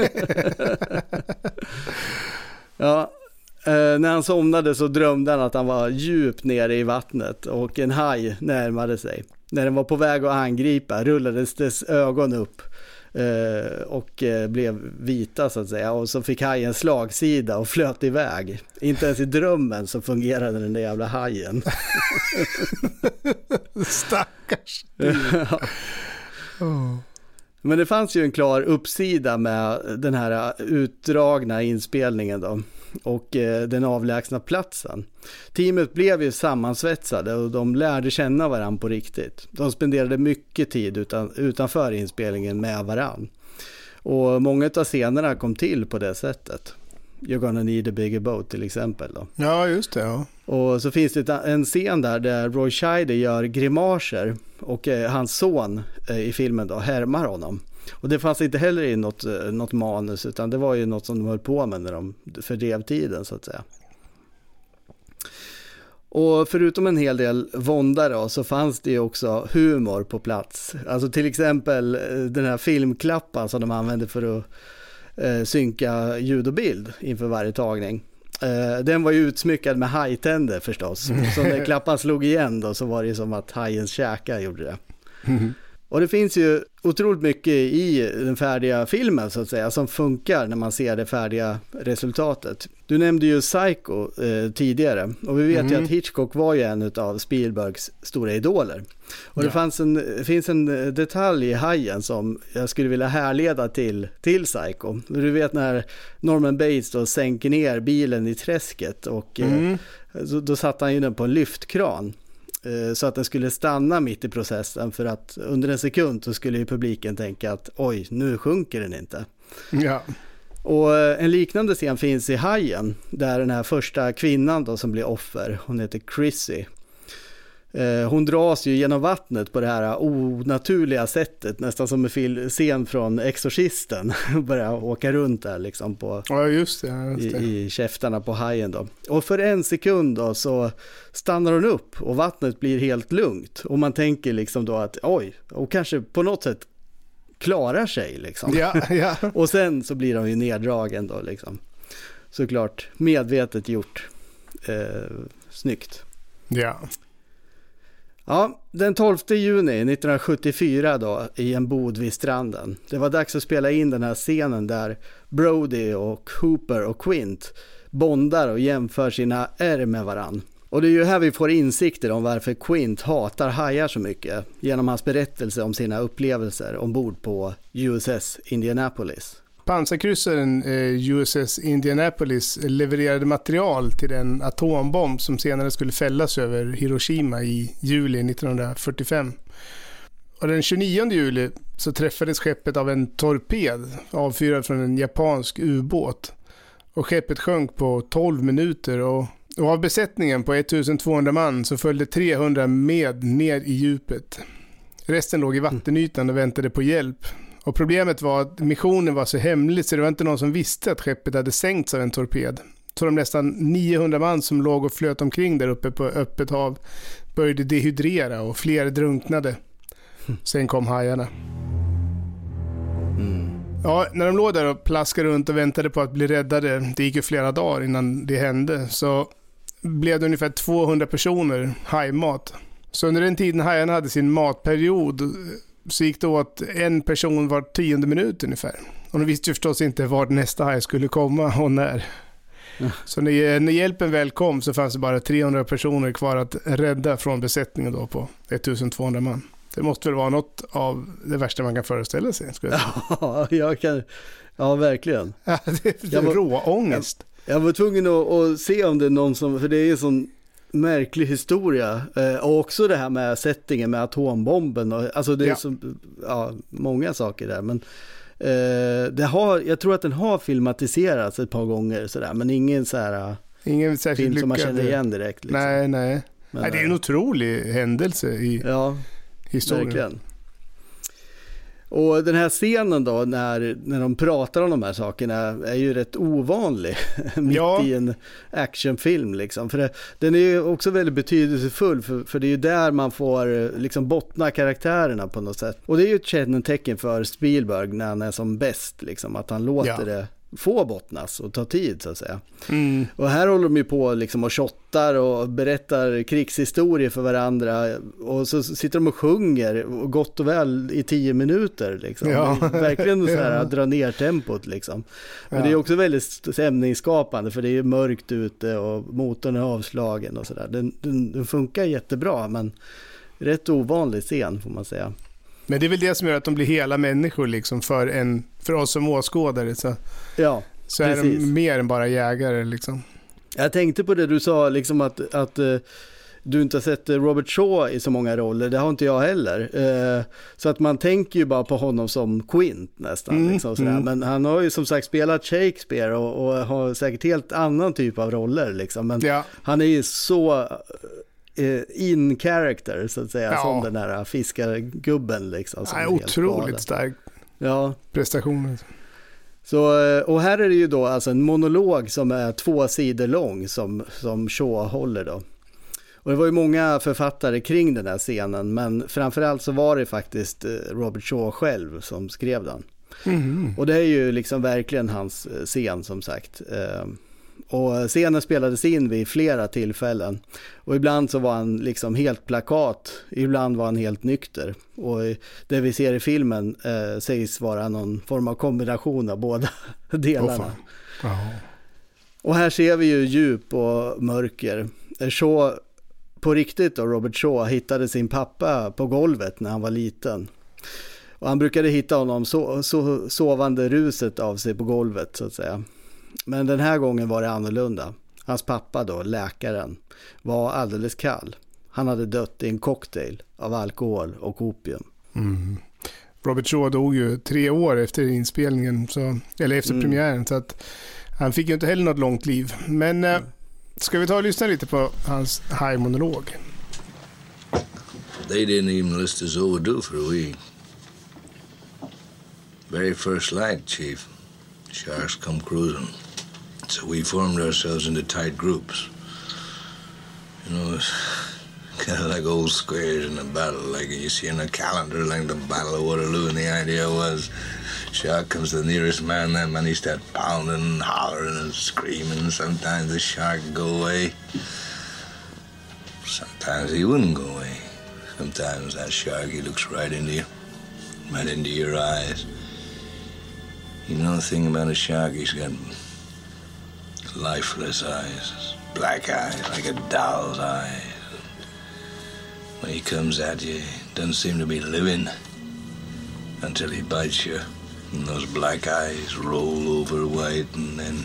Ja, eh, när han somnade så drömde han att han var djupt nere i vattnet och en haj närmade sig. När den var på väg att angripa rullades dess ögon upp eh, och eh, blev vita så att säga, och så fick hajen slagsida och flöt iväg. Inte ens i drömmen så fungerade den där jävla hajen. Stackars. Ja. Oh. Men det fanns ju en klar uppsida med den här utdragna inspelningen då, och eh, den avlägsna platsen. Teamet blev ju sammansvetsade och de lärde känna varandra på riktigt. De spenderade mycket tid utan, utanför inspelningen med varandra. Och många av scenerna kom till på det sättet. You're gonna need a bigger boat till exempel då. Ja, just det, ja. Och så finns det en scen där där Roy Scheider gör grimaser och eh, hans son eh, i filmen då härmar honom. Och det fanns inte heller i något, eh, något manus, utan det var ju något som de höll på med när de fördrev tiden så att säga. Och förutom en hel del vånda då, så fanns det ju också humor på plats. Alltså till exempel eh, den här filmklappan som de använde för att eh, synka ljud och bild inför varje tagning. Uh, den var ju utsmyckad med hajtänder förstås. Så när klappan slog igen då så var det som att hajens käkar gjorde det. Mm. Och det finns ju otroligt mycket i den färdiga filmen så att säga som funkar när man ser det färdiga resultatet. Du nämnde ju Psycho eh, tidigare och vi vet mm. ju att Hitchcock var ju en av Spielbergs stora idoler. Och ja. det fanns en, finns en detalj i Hajen som jag skulle vilja härleda till, till Psycho. Du vet när Norman Bates då sänker ner bilen i träsket och mm. eh, då, då satt han ju den på en lyftkran. Så att den skulle stanna mitt i processen, för att under en sekund så skulle ju publiken tänka att oj, nu sjunker den inte. Ja. Och en liknande scen finns i Hajen där den här första kvinnan då som blir offer, hon heter Chrissy. Hon dras ju genom vattnet på det här onaturliga sättet, nästan som en scen från Exorcisten. Börjar åka runt där liksom på, ja, just det, just det. I, i käftarna på hajen då. Och för en sekund då så stannar hon upp och vattnet blir helt lugnt. Och man tänker liksom då att oj, och kanske på något sätt klarar sig liksom. Ja, ja. Och sen så blir de ju neddragen då liksom. Såklart medvetet gjort. Eh, snyggt. Ja. Ja, den tolfte juni nittonhundrasjuttiofyra då i en bod vid stranden. Det var dags att spela in den här scenen där Brody och Hooper och Quint bondar och jämför sina ärr med varann. Och det är ju här vi får insikter om varför Quint hatar hajar så mycket genom hans berättelse om sina upplevelser ombord på U S S Indianapolis. Pansarkryssaren eh, U S S Indianapolis levererade material till den atombomb som senare skulle fällas över Hiroshima i juli nittonhundrafyrtiofem. Och den tjugonionde juli så träffades skeppet av en torped avfyrad från en japansk ubåt. Och skeppet sjönk på tolv minuter och, och av besättningen på ettusentvåhundra man så följde trehundra med ner i djupet. Resten låg i vattenytan och väntade på hjälp. Och problemet var att missionen var så hemlig så det var inte någon som visste att skeppet hade sänkts av en torped. Så de nästan niohundra man som låg och flöt omkring där uppe på öppet hav började dehydrera och fler drunknade. Sen kom hajarna. Mm. Ja, när de låg där och plaskade runt och väntade på att bli räddade, det gick ju flera dagar innan det hände, så blev det ungefär tvåhundra personer hajmat. Så under den tiden hajarna hade sin matperiod så gick det åt en person var tionde minut ungefär. Och de visste ju förstås inte var nästa haj skulle komma och när. Mm. Så när, när hjälpen väl kom så fanns det bara trehundra personer kvar att rädda från besättningen då på ettusentvåhundra man. Det måste väl vara något av det värsta man kan föreställa sig. Skulle jag säga. Ja, jag kan, ja, verkligen. Ja, det är jag rå ångest. Jag, jag var tvungen att, att se om det är någon som, för det är en sån märklig historia, eh, och också det här med settingen med atombomben och, alltså det är ja. Så, ja, många saker där, men eh, det har, jag tror att den har filmatiserats ett par gånger sådär, men ingen så här ingen film som man känner igen direkt liksom. Nej, nej. Men, nej, det är en otrolig händelse i ja, historien. Verkligen. Och den här scenen då, när, när de pratar om de här sakerna, är ju rätt ovanlig mitt ja. i en actionfilm liksom. För det, den är ju också väldigt betydelsefull, för, för det är ju där man får liksom bottna karaktärerna på något sätt. Och det är ju ett kännetecken för Spielberg när han är som bäst liksom, att han låter ja. det få bottnas och ta tid så att säga. Mm. Och här håller de ju på liksom och shottar och berättar krigshistorier för varandra, och så sitter de och sjunger och gott och väl i tio minuter liksom. Ja. Verkligen så här ja. dra ner tempot liksom. Men ja. det är också väldigt stämningsskapande, för det är ju mörkt ute och motorn är avslagen och sådär. Den, den, den funkar jättebra, men rätt ovanlig scen får man säga. Men det är väl det som gör att de blir hela människor liksom, för, en, för oss som åskådare. Så, ja, så precis. är de mer än bara jägare. Liksom. Jag tänkte på det du sa, liksom att, att uh, du inte har sett Robert Shaw i så många roller. Det har inte jag heller. Uh, så att man tänker ju bara på honom som Quint nästan. Mm, liksom, sådär. mm. Men han har ju som sagt spelat Shakespeare och, och har säkert helt annan typ av roller. Liksom. Men ja. han är ju så... in character så att säga, ja. som den här fiskargubben liksom, som ja, är helt otroligt galen. stark ja. prestation. Så, och här är det ju då alltså en monolog som är två sidor lång som, som Shaw håller då. Och det var ju många författare kring den här scenen, men framförallt så var det faktiskt Robert Shaw själv som skrev den. Mm. Och det är ju liksom verkligen hans scen som sagt. Och scenen spelades in vid flera tillfällen. Och ibland så var han liksom helt plakat. Ibland var han helt nykter. Och det vi ser i filmen eh, sägs vara någon form av kombination av båda delarna. Oh, oh. Och här ser vi ju djup och mörker. Shaw, på riktigt då, Robert Shaw hittade sin pappa på golvet när han var liten. Och han brukade hitta honom so- so- sovande ruset av sig på golvet så att säga. Men den här gången var det annorlunda. Hans pappa då, läkaren, var alldeles kall. Han hade dött i en cocktail av alkohol och opium. Mm. Robert Shaw dog ju tre år efter inspelningen, så, eller efter mm. premiären, så att han fick ju inte heller något långt liv. Men mm. ska vi ta och lyssna lite på hans hajmonolog? They didn't even list us overdue for a week. Very first light, Chief. Sharks come cruising. So we formed ourselves into tight groups. You know, it's kind of like old squares in a battle, like you see in a calendar, like the Battle of Waterloo, and the idea was shark comes to the nearest man, that man he starts pounding and hollering and screaming. Sometimes the shark would go away. Sometimes he wouldn't go away. Sometimes that shark, he looks right into you, right into your eyes. You know the thing about a shark, he's got lifeless eyes, black eyes, like a doll's eyes. When he comes at you, he doesn't seem to be living until he bites you. And those black eyes roll over white, and then...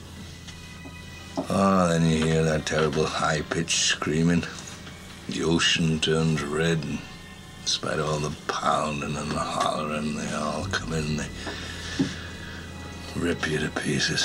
Oh, then you hear that terrible high-pitched screaming. The ocean turns red, and in spite of all the pounding and the hollering, they all come in, they... rip you to pieces.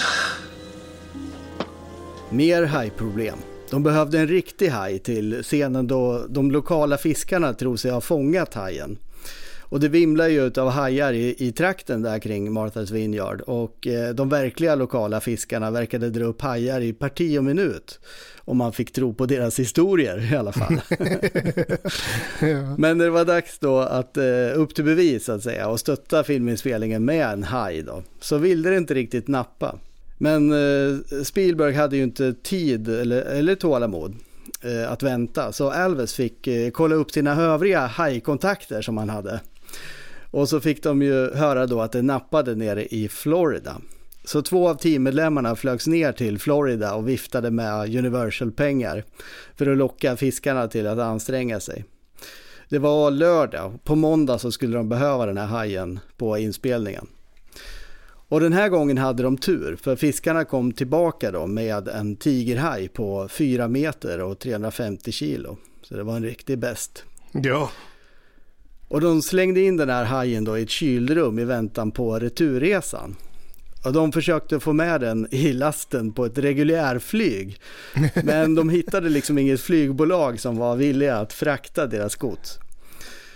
Mer hajproblem. De behövde en riktig haj till scenen då de lokala fiskarna tror sig ha fångat hajen. Och det vimlar ju av hajar i, i trakten där kring Martha's Vineyard. Och eh, de verkliga lokala fiskarna verkade dra upp hajar i parti och minut. Om man fick tro på deras historier i alla fall. ja. Men när det var dags då att eh, upp till bevis så att säga, och stötta filminspelningen med en haj då, så ville det inte riktigt nappa. Men eh, Spielberg hade ju inte tid eller, eller tålamod eh, att vänta. Så Alves fick eh, kolla upp sina övriga hajkontakter som han hade. Och så fick de ju höra då att det nappade nere i Florida. Så två av teammedlemmarna flögs ner till Florida och viftade med Universal-pengar för att locka fiskarna till att anstränga sig. Det var lördag. På måndag så skulle de behöva den här hajen på inspelningen. Och den här gången hade de tur, för fiskarna kom tillbaka då med en tigerhaj på fyra meter och trehundrafemtio kilo. Så det var en riktig bäst. Ja. Och de slängde in den här hajen då i ett kylrum i väntan på returresan. Och de försökte få med den i lasten på ett reguljärflyg. Men de hittade liksom inget flygbolag som var villiga att frakta deras gods.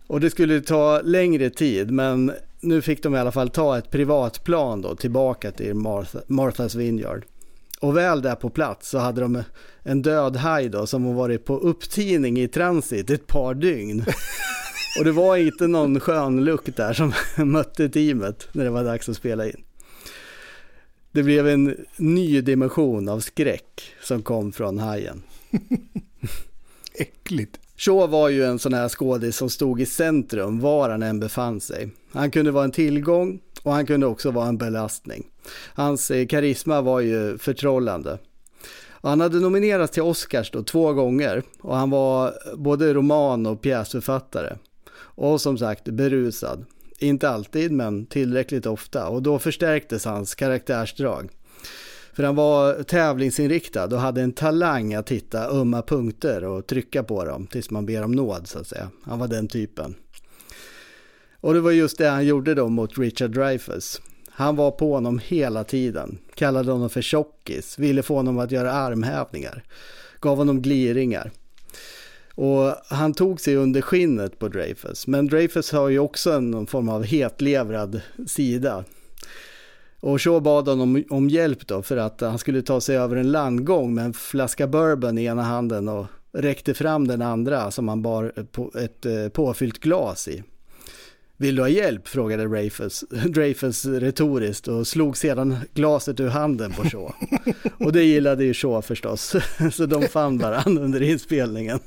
Och det skulle ta längre tid, men nu fick de i alla fall ta ett privatplan då tillbaka till Martha, Martha's Vineyard. Och väl där på plats så hade de en död haj då som har varit på upptining i transit ett par dygn. Och det var inte någon skön lukt där som mötte teamet när det var dags att spela in. Det blev en ny dimension av skräck som kom från hajen. Äckligt. Shaw var ju en sån här skådis som stod i centrum var han än befann sig. Han kunde vara en tillgång och han kunde också vara en belastning. Hans karisma var ju förtrollande. Han hade nominerats till Oscars då två gånger och han var både roman- och pjäsförfattare. Och som sagt berusad. Inte alltid men tillräckligt ofta och då förstärktes hans karaktärsdrag. För han var tävlingsinriktad och hade en talang att hitta ömma punkter och trycka på dem tills man ber om nåd så att säga. Han var den typen. Och det var just det han gjorde då mot Richard Dreyfuss. Han var på honom hela tiden, kallade honom för tjockis, ville få honom att göra armhävningar, gav honom gliringar. Och han tog sig under skinnet på Dreyfuss, men Dreyfuss har ju också en form av hetlevrad sida. Och så bad han om, om hjälp då för att han skulle ta sig över en landgång med en flaska bourbon i ena handen och räckte fram den andra som han bar på ett eh, påfyllt glas i. Vill du ha hjälp? Frågade Dreyfuss, Dreyfuss retoriskt och slog sedan glaset ur handen på Shaw. Och det gillade ju Shaw förstås, så de fann varandra under inspelningen.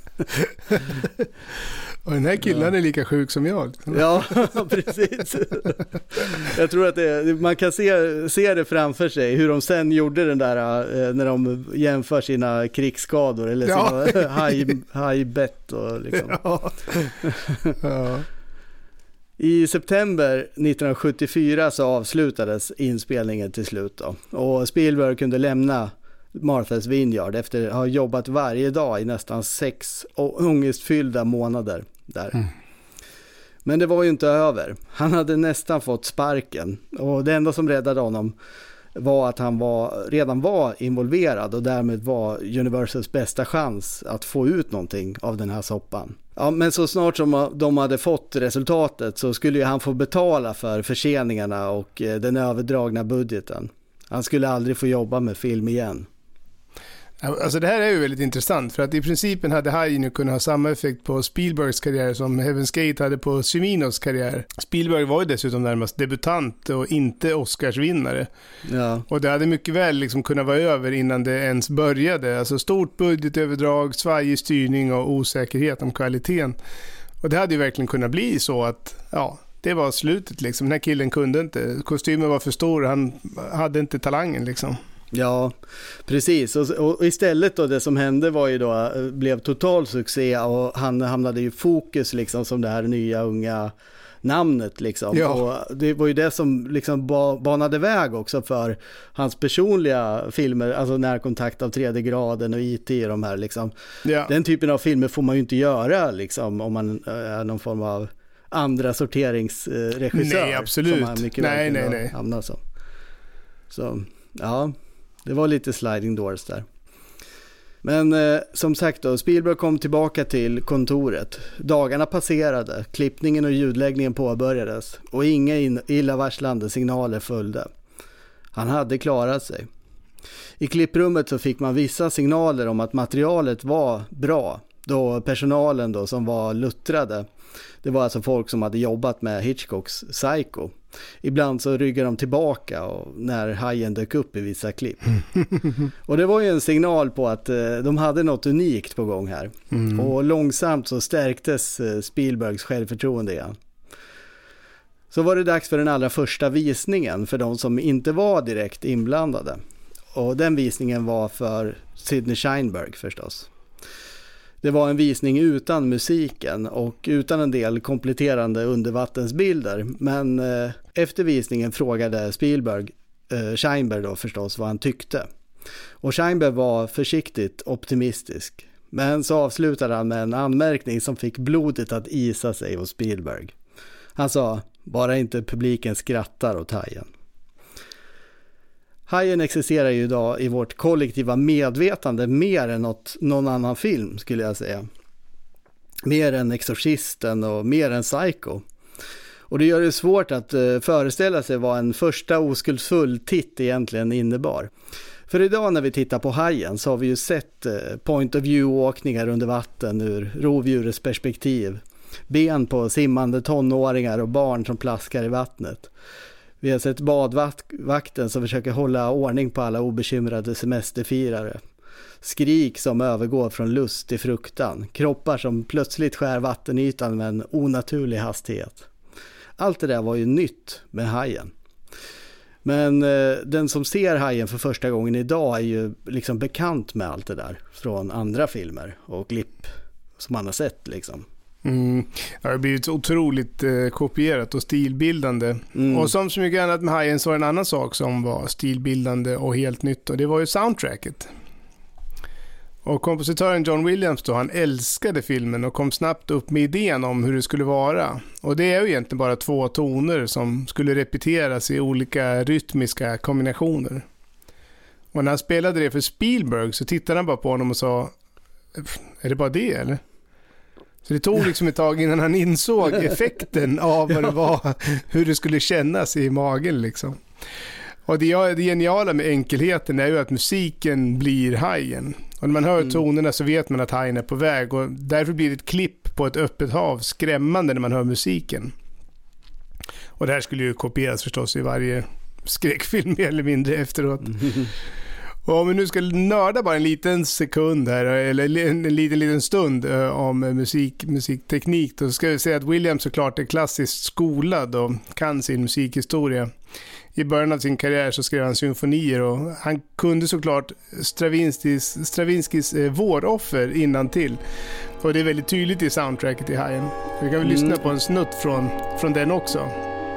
Och den här killen är lika sjuk som jag. Ja, precis. Jag tror att det, man kan se, se det framför sig, hur de sen gjorde den där, när de jämför sina krigsskador eller sina ja. high, high bet och liksom. Ja. Ja. I september nittonhundrasjuttiofyra så avslutades inspelningen till slut då. Och Spielberg kunde lämna Martha's Vineyard efter att ha jobbat varje dag i nästan sex ångestfyllda månader där. Mm. Men det var ju inte över. Han hade nästan fått sparken och det enda som räddade honom var att han var, redan var involverad och därmed var Universals bästa chans att få ut någonting av den här soppan. Ja, men så snart som de hade fått resultatet så skulle ju han få betala för förseningarna och den överdragna budgeten. Han skulle aldrig få jobba med film igen. Alltså det här är ju väldigt intressant för att i principen hade Hajen ju kunnat ha samma effekt på Spielbergs karriär som Heaven's Gate hade på Ciminos karriär. Spielberg var ju dessutom närmast debutant och inte Oscarsvinnare. Ja. Och det hade mycket väl liksom kunnat vara över innan det ens började. Alltså stort budgetöverdrag, svajig styrning och osäkerhet om kvaliteten. Och det hade ju verkligen kunnat bli så att ja, det var slutet liksom. Den här killen kunde inte. Kostymen var för stor, han hade inte talangen liksom. Ja, precis. Och, och istället då det som hände var ju då blev total succé och han hamnade ju fokus liksom som det här nya unga namnet liksom. Ja. Och det var ju det som liksom banade väg också för hans personliga filmer, alltså Närkontakt av tredje graden och I T och de här liksom. Ja. Den typen av filmer får man ju inte göra liksom om man är någon form av andra sorteringsregissör. Nej, absolut. Som han mycket nej, nej, nej. hamnar som. Så, ja. Det var lite sliding doors där. Men eh, som sagt då, Spielberg kom tillbaka till kontoret. Dagarna passerade, klippningen och ljudläggningen påbörjades och inga in- illavarslande signaler följde. Han hade klarat sig. I klipprummet så fick man vissa signaler om att materialet var bra. Då personalen då som var luttrade, det var alltså folk som hade jobbat med Hitchcocks Psycho. Ibland så ryggar de tillbaka och när hajen dök upp i vissa klipp. Och det var ju en signal på att eh, de hade något unikt på gång här. Mm. Och långsamt så stärktes eh, Spielbergs självförtroende igen. Så var det dags för den allra första visningen för de som inte var direkt inblandade. Och den visningen var för Sidney Sheinberg förstås. Det var en visning utan musiken och utan en del kompletterande undervattensbilder. Men eh, efter visningen frågade Spielberg, eh, Sheinberg då förstås, vad han tyckte. Och Sheinberg var försiktigt optimistisk. Men så avslutade han med en anmärkning som fick blodet att isa sig hos Spielberg. Han sa, bara inte publiken skrattar åt hajen. Hajen existerar ju idag i vårt kollektiva medvetande mer än något, någon annan film skulle jag säga. mer än Exorcisten och mer än Psycho. Och det gör det svårt att uh, föreställa sig vad en första oskuldsfull titt egentligen innebar. För idag när vi tittar på Hajen så har vi ju sett uh, point of view-åkningar under vatten ur rovdjurets perspektiv. Ben på simmande tonåringar och barn som plaskar i vattnet. Vi har sett badvakten som försöker hålla ordning på alla obekymrade semesterfirare. Skrik som övergår från lust till fruktan. Kroppar som plötsligt skär vattenytan med en onaturlig hastighet. Allt det där var ju nytt med Hajen. Men eh, den som ser Hajen för första gången idag är ju liksom bekant med allt det där från andra filmer och klipp som man har sett liksom. Mm. Det har blivit otroligt eh, kopierat och stilbildande. Mm. Och som så mycket annat med Hajen så var en annan sak som var stilbildande och helt nytt, och det var ju soundtracket. Och kompositören John Williams då, han älskade filmen och kom snabbt upp med idén om hur det skulle vara. Och det är ju egentligen bara två toner som skulle repeteras i olika rytmiska kombinationer. Och när han spelade det för Spielberg så tittade han bara på honom och sa: är det bara det eller? Så det tog liksom ett tag innan han insåg effekten av vad det var, hur det skulle kännas i magen liksom. Och det, det geniala med enkelheten är ju att musiken blir Hajen. Och när man hör tonerna så vet man att Hajen är på väg, och därför blir det ett klipp på ett öppet hav skrämmande när man hör musiken. Och det här skulle ju kopieras förstås i varje skräckfilm mer eller mindre efteråt. Mm. Och om vi nu ska nörda bara en liten sekund här, eller en, en liten, liten stund uh, om musik, musikteknik, då ska vi säga att Williams såklart är klassiskt skolad och kan sin musikhistoria. I början av sin karriär så skrev han symfonier, och han kunde såklart Stravinskys, Stravinskys eh, Våroffer innantill. Och det är väldigt tydligt i soundtracket i Hajen. Vi kan väl mm. lyssna på en snutt från, från den också.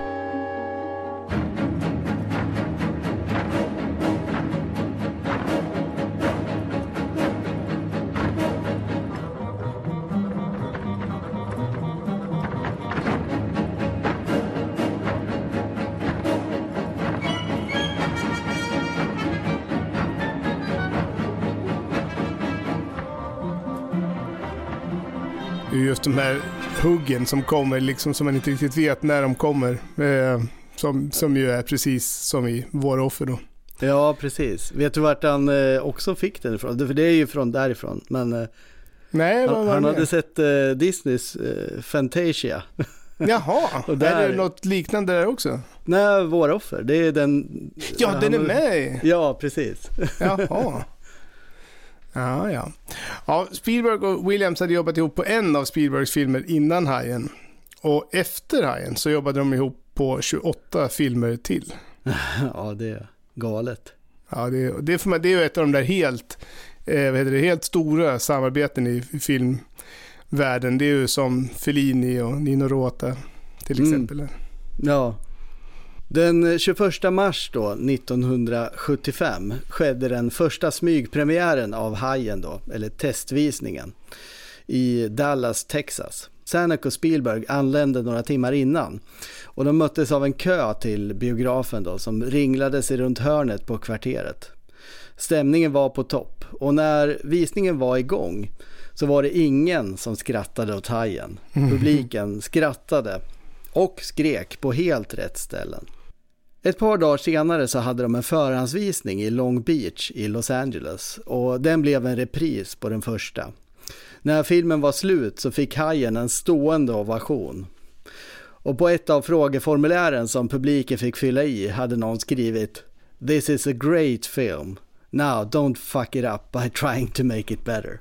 Just de här huggen som kommer liksom, som man inte riktigt vet när de kommer, eh, som, som ju är precis som i Våroffer då. Ja, precis. Vet du vart han eh, också fick den ifrån? För det är ju från därifrån. Men eh, Nej, han, han hade sett eh, Disneys eh, Fantasia. Jaha, och där, är det något liknande där också? Nej, Våroffer. Det är den... Ja, den är med! Ja, precis. Jaha. Ja, ja. Ja, Spielberg och Williams hade jobbat ihop på en av Spielbergs filmer innan Hajen. Och efter Hajen så jobbade de ihop på tjugoåtta filmer till. Ja, det är galet. Ja, det, det, är, för mig, det är ju ett av de där helt, eh, vad heter det, helt stora samarbeten i filmvärlden. Det är ju som Fellini och Nino Rota till exempel. Mm. Ja. Den tjugoförsta mars då, nittonhundrasjuttiofem skedde den första smygpremiären av Hajen då, eller testvisningen, i Dallas, Texas. Zanuck och Spielberg anlände några timmar innan, och de möttes av en kö till biografen då, som ringlade sig runt hörnet på kvarteret. Stämningen var på topp, och när visningen var igång så var det ingen som skrattade åt Hajen. Publiken skrattade och skrek på helt rätt ställen. Ett par dagar senare så hade de en förhandsvisning i Long Beach i Los Angeles, och den blev en repris på den första. När filmen var slut så fick Hajen en stående ovation. Och på ett av frågeformulären som publiken fick fylla i hade någon skrivit: "This is a great film. Now don't fuck it up by trying to make it better."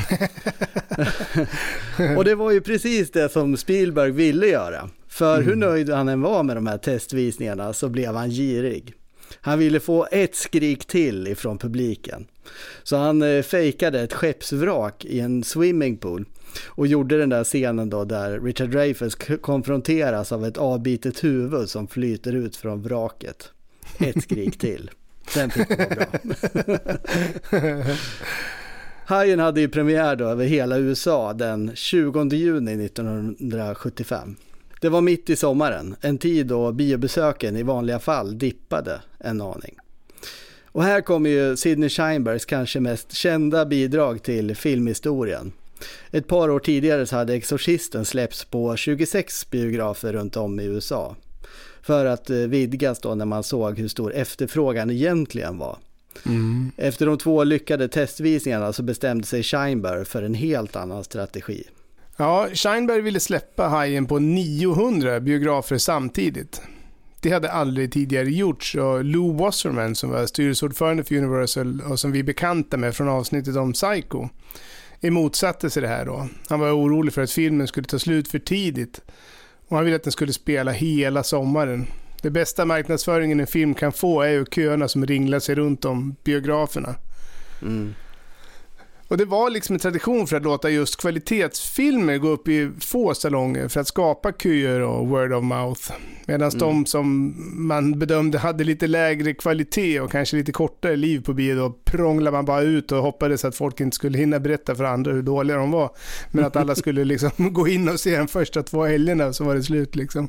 Och det var ju precis det som Spielberg ville göra. För mm. hur nöjd han än var med de här testvisningarna så blev han girig. Han ville få ett skrik till ifrån publiken. Så han eh, fejkade ett skeppsvrak i en swimmingpool och gjorde den där scenen då där Richard Dreyfuss k- konfronteras av ett avbitet huvud som flyter ut från vraket. Ett skrik till. Sen fick det vara bra. Hajen hade ju premiär då över hela U S A den tjugonde juni nittonhundrasjuttiofem. Det var mitt i sommaren, en tid då biobesöken i vanliga fall dippade en aning. Och här kommer ju Sidney Sheinbergs kanske mest kända bidrag till filmhistorien. Ett par år tidigare så hade Exorcisten släppts på tjugosex biografer runt om i U S A. För att vidgas då när man såg hur stor efterfrågan egentligen var. Mm. Efter de två lyckade testvisningarna så bestämde sig Scheinberg för en helt annan strategi. Ja, Scheinberg ville släppa Hajen på niohundra biografer samtidigt. Det hade aldrig tidigare gjorts, och Lou Wasserman som var styrelseordförande för Universal och som vi är bekanta med från avsnittet om Psycho emotsatte sig det här då. Han var orolig för att filmen skulle ta slut för tidigt och han ville att den skulle spela hela sommaren. Det bästa marknadsföringen en film kan få är ju köerna som ringlar sig runt om biograferna. Mm. Och det var liksom en tradition för att låta just kvalitetsfilmer gå upp i få salonger för att skapa köer och word of mouth. Medan mm. de som man bedömde hade lite lägre kvalitet och kanske lite kortare liv på bio, då prånglade man bara ut och hoppades att folk inte skulle hinna berätta för andra hur dåliga de var. Men att alla skulle liksom gå in och se de första två helgerna, så var det slut liksom.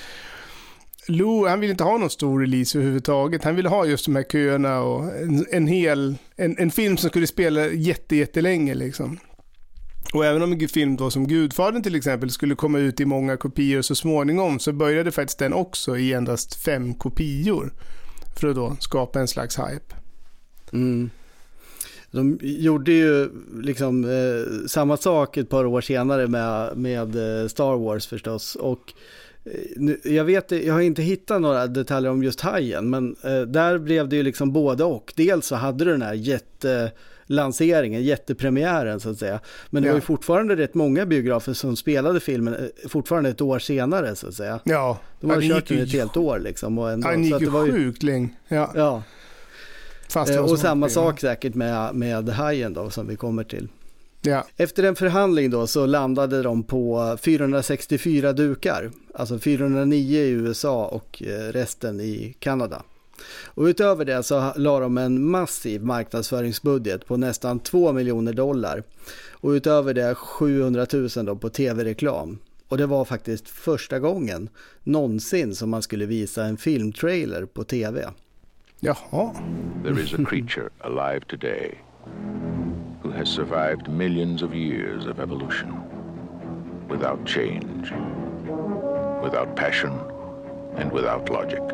Lou, han ville inte ha någon stor release överhuvudtaget. Han ville ha just de här köerna och en, en hel en, en film som skulle spela jätte, jättelänge liksom. Och även om en film då som Gudfadern till exempel skulle komma ut i många kopior så småningom, så började faktiskt den också i endast fem kopior för att då skapa en slags hype. Mm. De gjorde ju liksom eh, samma sak ett par år senare med, med eh, Star Wars förstås, och jag vet, jag har inte hittat några detaljer om just Hajen, men eh, där blev det ju liksom både och. Dels så hade du den här jättelanseringen, jättepremiären så att säga. Men det ja. var ju fortfarande rätt många biografer som spelade filmen eh, fortfarande ett år senare så att säga. Ja. De har kört den ett helt år liksom. Och ändå, ja, den gick så att ju det var ju sjukt länge. Ja. ja. Fast eh, och samma sak säkert med, med Hajen då som vi kommer till. Ja. Efter en förhandling då så landade de på fyrahundrasextiofyra dukar, alltså fyrahundranio i U S A och resten i Kanada. Och utöver det så la de en massiv marknadsföringsbudget på nästan två miljoner dollar. Och utöver det sjuhundratusen då på tv-reklam. Och det var faktiskt första gången någonsin som man skulle visa en filmtrailer på tv. Jaha. There is a creature alive today who has survived millions of years of evolution without change, without passion, and without logic.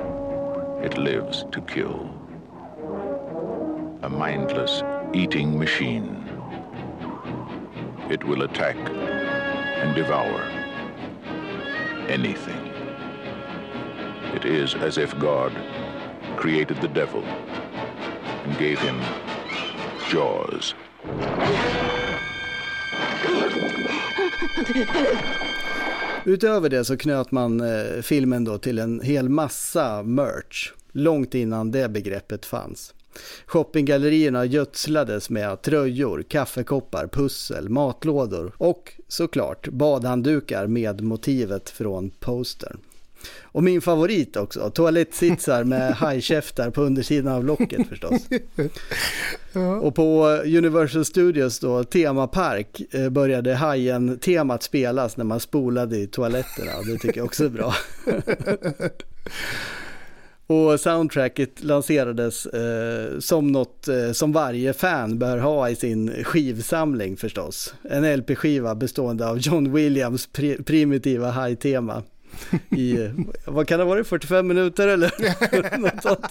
It lives to kill. A mindless eating machine. It will attack and devour anything. It is as if God created the devil and gave him jaws. Utöver det så knöt man eh, filmen då till en hel massa merch långt innan det begreppet fanns. Shoppinggallerierna gödslades med tröjor, kaffekoppar, pussel, matlådor och såklart badhanddukar med motivet från postern. Och min favorit också, toalettsitsar med hajkäftar på undersidan av locket förstås. Ja. Och på Universal Studios då, temapark, började Hajen-temat spelas när man spolade i toaletterna. Det tycker jag också är bra. Och soundtracket lanserades eh, som något eh, som varje fan bör ha i sin skivsamling förstås. En L P-skiva bestående av John Williams pri- primitiva haj-tema. I, vad kan det vara, fyrtiofem minuter eller något sånt.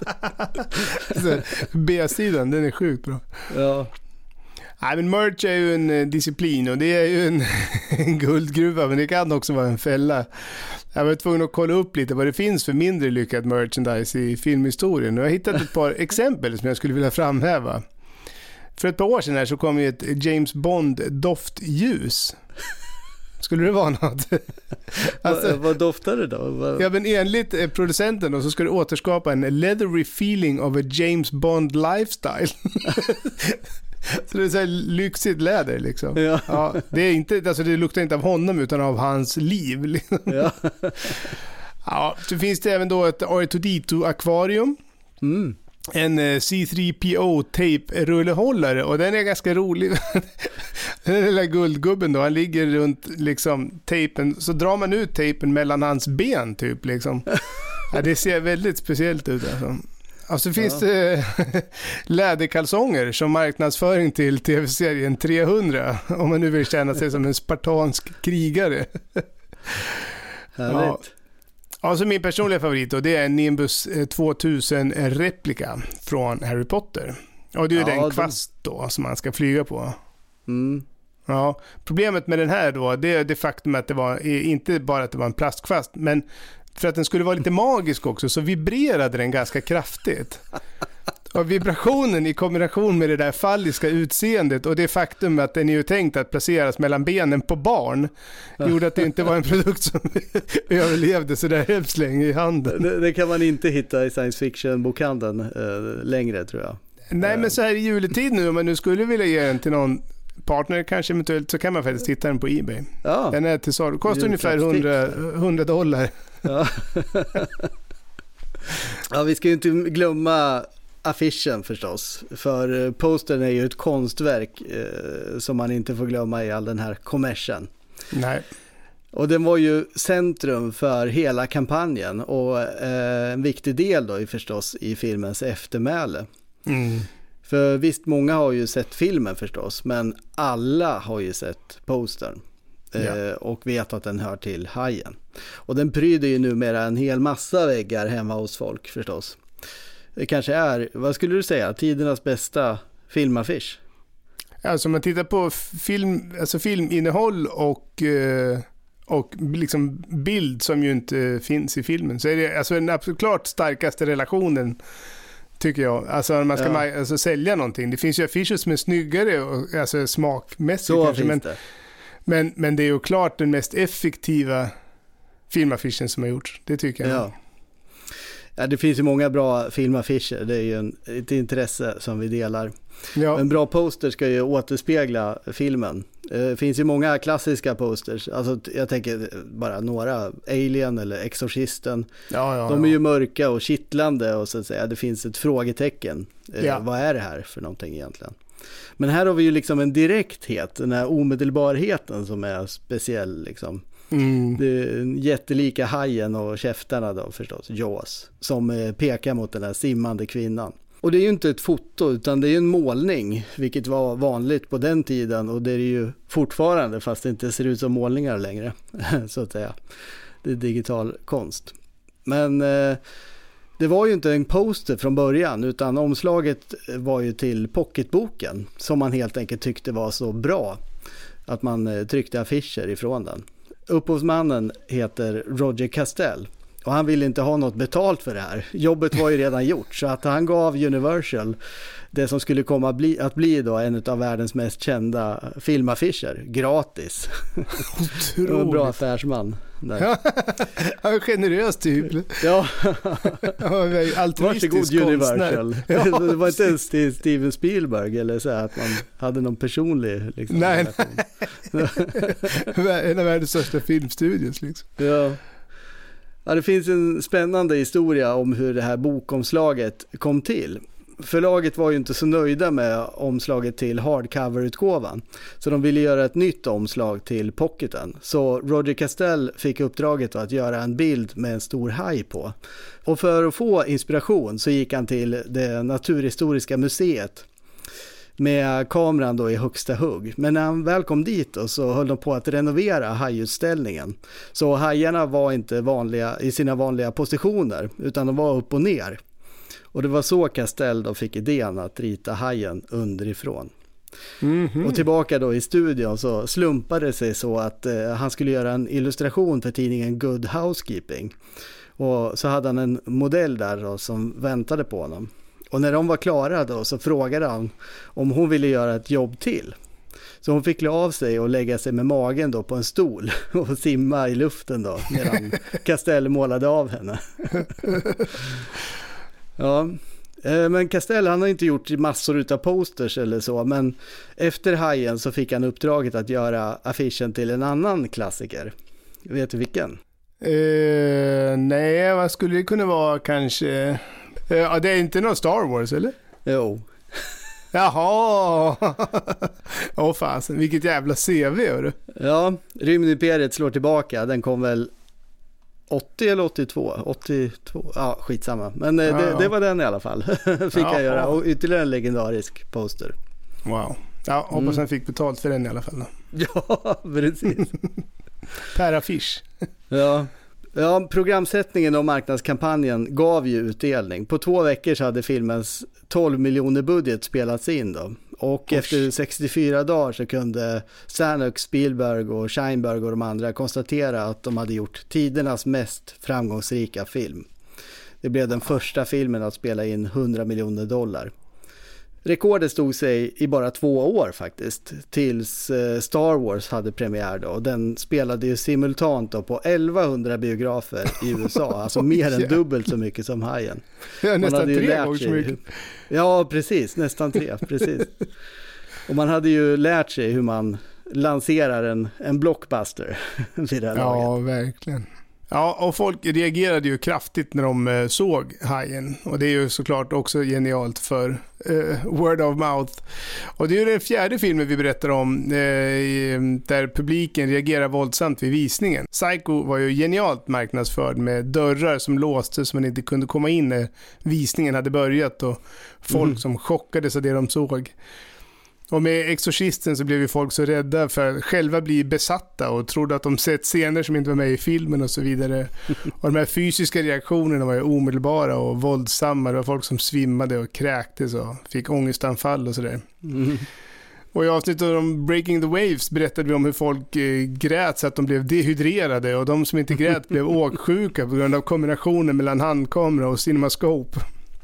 B-sidan, den är sjukt bra. Ja. Nej, men merch är ju en disciplin och det är ju en, en guldgruva, men det kan också vara en fälla. Jag var tvungen att kolla upp lite vad det finns för mindre lyckad merchandise i filmhistorien och jag har hittat ett par exempel som jag skulle vilja framhäva. För ett par år sedan här så kom ju ett James Bond doftljus. Skulle det vara något? Alltså, vad, vad doftar det då? Vad... Ja, men enligt producenten då, så ska det återskapa en leathery feeling of a James Bond lifestyle. Så det är så här lyxigt läder liksom. Ja. Ja, det är inte, alltså det luktar inte av honom utan av hans liv. Liksom. Ja. Ja, så finns det även då ett R två D två akvarium. Mm. En C tre P O-tape-rullehållare och den är ganska rolig. Den lilla guldgubben då, han ligger runt liksom tejpen, så drar man ut tejpen mellan hans ben typ liksom. Ja, det ser väldigt speciellt ut alltså. Alltså finns ja. det läderkalsonger som marknadsföring till tv-serien trehundra, om man nu vill känna sig som en spartansk krigare. Härligt. Ja. Alltså min personliga favorit då, det är Nimbus tvåtusen replika från Harry Potter. Och det är ju ja, den kvast då som man ska flyga på. Mm. Ja, problemet med den här då, det är det faktum att det var inte bara att det var en plastkvast, men för att den skulle vara lite magisk också så vibrerade den ganska kraftigt. Och vibrationen i kombination med det där falliska utseendet och det faktum att den är ju tänkt att placeras mellan benen på barn gjorde att det inte var en produkt som överlevde så där hemskt länge i handen. Det, det kan man inte hitta i science fiction-bokhandeln eh, längre, tror jag. Nej, men så här i juletid nu, om man nu skulle vilja ge den till någon partner kanske eventuellt, så kan man faktiskt hitta den på eBay. Ja. Den är till salu. Kostar ungefär hundra, hundra dollar. Ja. Ja, vi ska ju inte glömma affischen förstås. För postern är ju ett konstverk eh, som man inte får glömma i all den här kommersen. Nej. Och den var ju centrum för hela kampanjen och eh, en viktig del då är förstås i filmens eftermäle. Mm. För visst, många har ju sett filmen förstås, men alla har ju sett postern eh, ja. och vet att den hör till Hajen. Och den pryder ju numera en hel massa väggar hemma hos folk förstås. Det kanske är, vad skulle du säga, tidernas bästa filmaffisch? Alltså om man tittar på film, alltså filminnehåll och, eh, och liksom bild som ju inte finns i filmen, så är det alltså den absolut klart starkaste relationen, tycker jag. Alltså när man ska ja. alltså, sälja någonting. Det finns ju affischer som är snyggare och alltså smakmässigt så kanske, men, det. men, men det är ju klart den mest effektiva filmaffischen som har gjorts. Det tycker jag. Ja. Ja, det finns ju många bra filmaffischer. Det är ju en, ett intresse som vi delar. Ja. En bra poster ska ju återspegla filmen. Det finns ju många klassiska posters. Alltså, jag tänker bara några. Alien eller Exorcisten. Ja, ja, De är ja. ju mörka och kittlande och så att säga. Det finns ett frågetecken. Ja. Vad är det här för någonting egentligen? Men här har vi ju liksom en direkthet. Den här omedelbarheten som är speciell liksom. Mm. Det är en jättelika hajen och käftarna då förstås, Jaws, som pekar mot den här simmande kvinnan. Och det är ju inte ett foto utan det är en målning, vilket var vanligt på den tiden och det är ju fortfarande, fast det inte ser ut som målningar längre så att säga. Det är digital konst. Men eh, det var ju inte en poster från början utan omslaget var ju till pocketboken som man helt enkelt tyckte var så bra att man tryckte affischer ifrån den. Upphovsmannen heter Roger Castell och han ville inte ha något betalt för det här. Jobbet var ju redan gjort så att han gav Universal det som skulle komma att bli, att bli då en av världens mest kända filmaffischer gratis. Otroligt. Bra affärsman. Ja, han är generös typ. Ja. Varsågod Universal. Ja. Det var inte ens till Steven Spielberg eller så att man hade någon personlig liksom, nej, nej. En av världens största filmstudios liksom. Ja. Ja, det finns en spännande historia om hur det här bokomslaget kom till. Förlaget var ju inte så nöjda med omslaget till hardcover-utgåvan. Så de ville göra ett nytt omslag till pocketen. Så Roger Castell fick uppdraget att göra en bild med en stor haj på. Och för att få inspiration så gick han till det Naturhistoriska museet med kameran då i högsta hugg. Men när han väl kom dit då, så höll de på att renovera hajutställningen. Så hajarna var inte vanliga i sina vanliga positioner utan de var upp och ner. Och det var så Castell då fick idén att rita hajen underifrån. Mm-hmm. Och tillbaka då i studion så slumpade det sig så att eh, han skulle göra en illustration för tidningen Good Housekeeping. Och så hade han en modell där då, som väntade på honom. Och när de var klara då så frågade han om hon ville göra ett jobb till. Så hon fick klä av sig och lägga sig med magen då på en stol och simma i luften då medan Castell målade av henne. Ja, men Castell han har inte gjort massor utav posters eller så, men efter hajen så fick han uppdraget att göra affischen till en annan klassiker. Vet du vilken? Uh, nej, vad skulle det kunna vara kanske? Uh, ja, det är inte någon Star Wars, eller? Jo. Jaha! Åh oh, fasen, vilket jävla C V, hörru. Ja, Rymdimperiet slår tillbaka. Den kom väl åttio eller åttiotvå? åttiotvå, ja skitsamma. Men eh, ja, det, ja. det var den i alla fall. Fick ja, jag göra. ja. Och ytterligare en legendarisk poster. Wow. Ja, hoppas mm. han fick betalt för den i alla fall då. Ja, precis. Per affisch. Ja. Ja, programsättningen och marknadskampanjen gav ju utdelning. På två veckor så hade filmens tolv miljoner budget spelats in då. Och Osh. efter sextiofyra dagar så kunde Zanuck, Spielberg och Sheinberg och de andra konstatera att de hade gjort tidernas mest framgångsrika film. Det blev den första filmen att spela in hundra miljoner dollar. Rekordet stod sig i bara två år faktiskt, tills Star Wars hade premiär då. Och den spelade ju simultant då på elvahundra biografer i U S A, alltså mer än dubbelt så mycket som Hajen. Ja, nästan tre gånger så mycket. Ja, precis, nästan tre, precis. Och man hade ju lärt sig hur man lanserar en, en blockbuster vid det här Ja, laget. verkligen. Ja, och folk reagerade ju kraftigt när de eh, såg Hajen. Och det är ju såklart också genialt för eh, word of mouth. Och det är ju den fjärde filmen vi berättar om eh, där publiken reagerar våldsamt vid visningen. Psycho var ju genialt marknadsförd med dörrar som låste så man inte kunde komma in när visningen hade börjat och folk mm. som chockades av det de såg. Och med Exorcisten så blev ju folk så rädda för att själva bli besatta och trodde att de sett scener som inte var med i filmen och så vidare. Och de här fysiska reaktionerna var ju omedelbara och våldsamma. Det var folk som svimmade och kräktes och fick ångestanfall och sådär. Mm. Och i avsnittet om Breaking the Waves berättade vi om hur folk eh, grät så att de blev dehydrerade och de som inte grät blev åksjuka på grund av kombinationen mellan handkamera och cinemascope.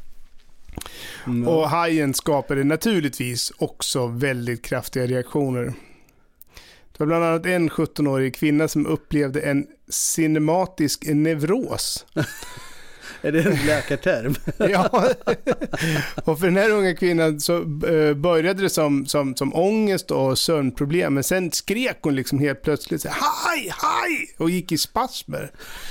Mm. Och Hajen skapade naturligtvis också väldigt kraftiga reaktioner. Det var bland annat en sjuttonårig kvinna som upplevde en cinematisk neuros. Är det en läkarterm? Ja. Och för den här unga kvinnan så började det som, som, som ångest och sömnproblem. Men sen skrek hon liksom helt plötsligt så, haj, haj! Och gick i spasmer.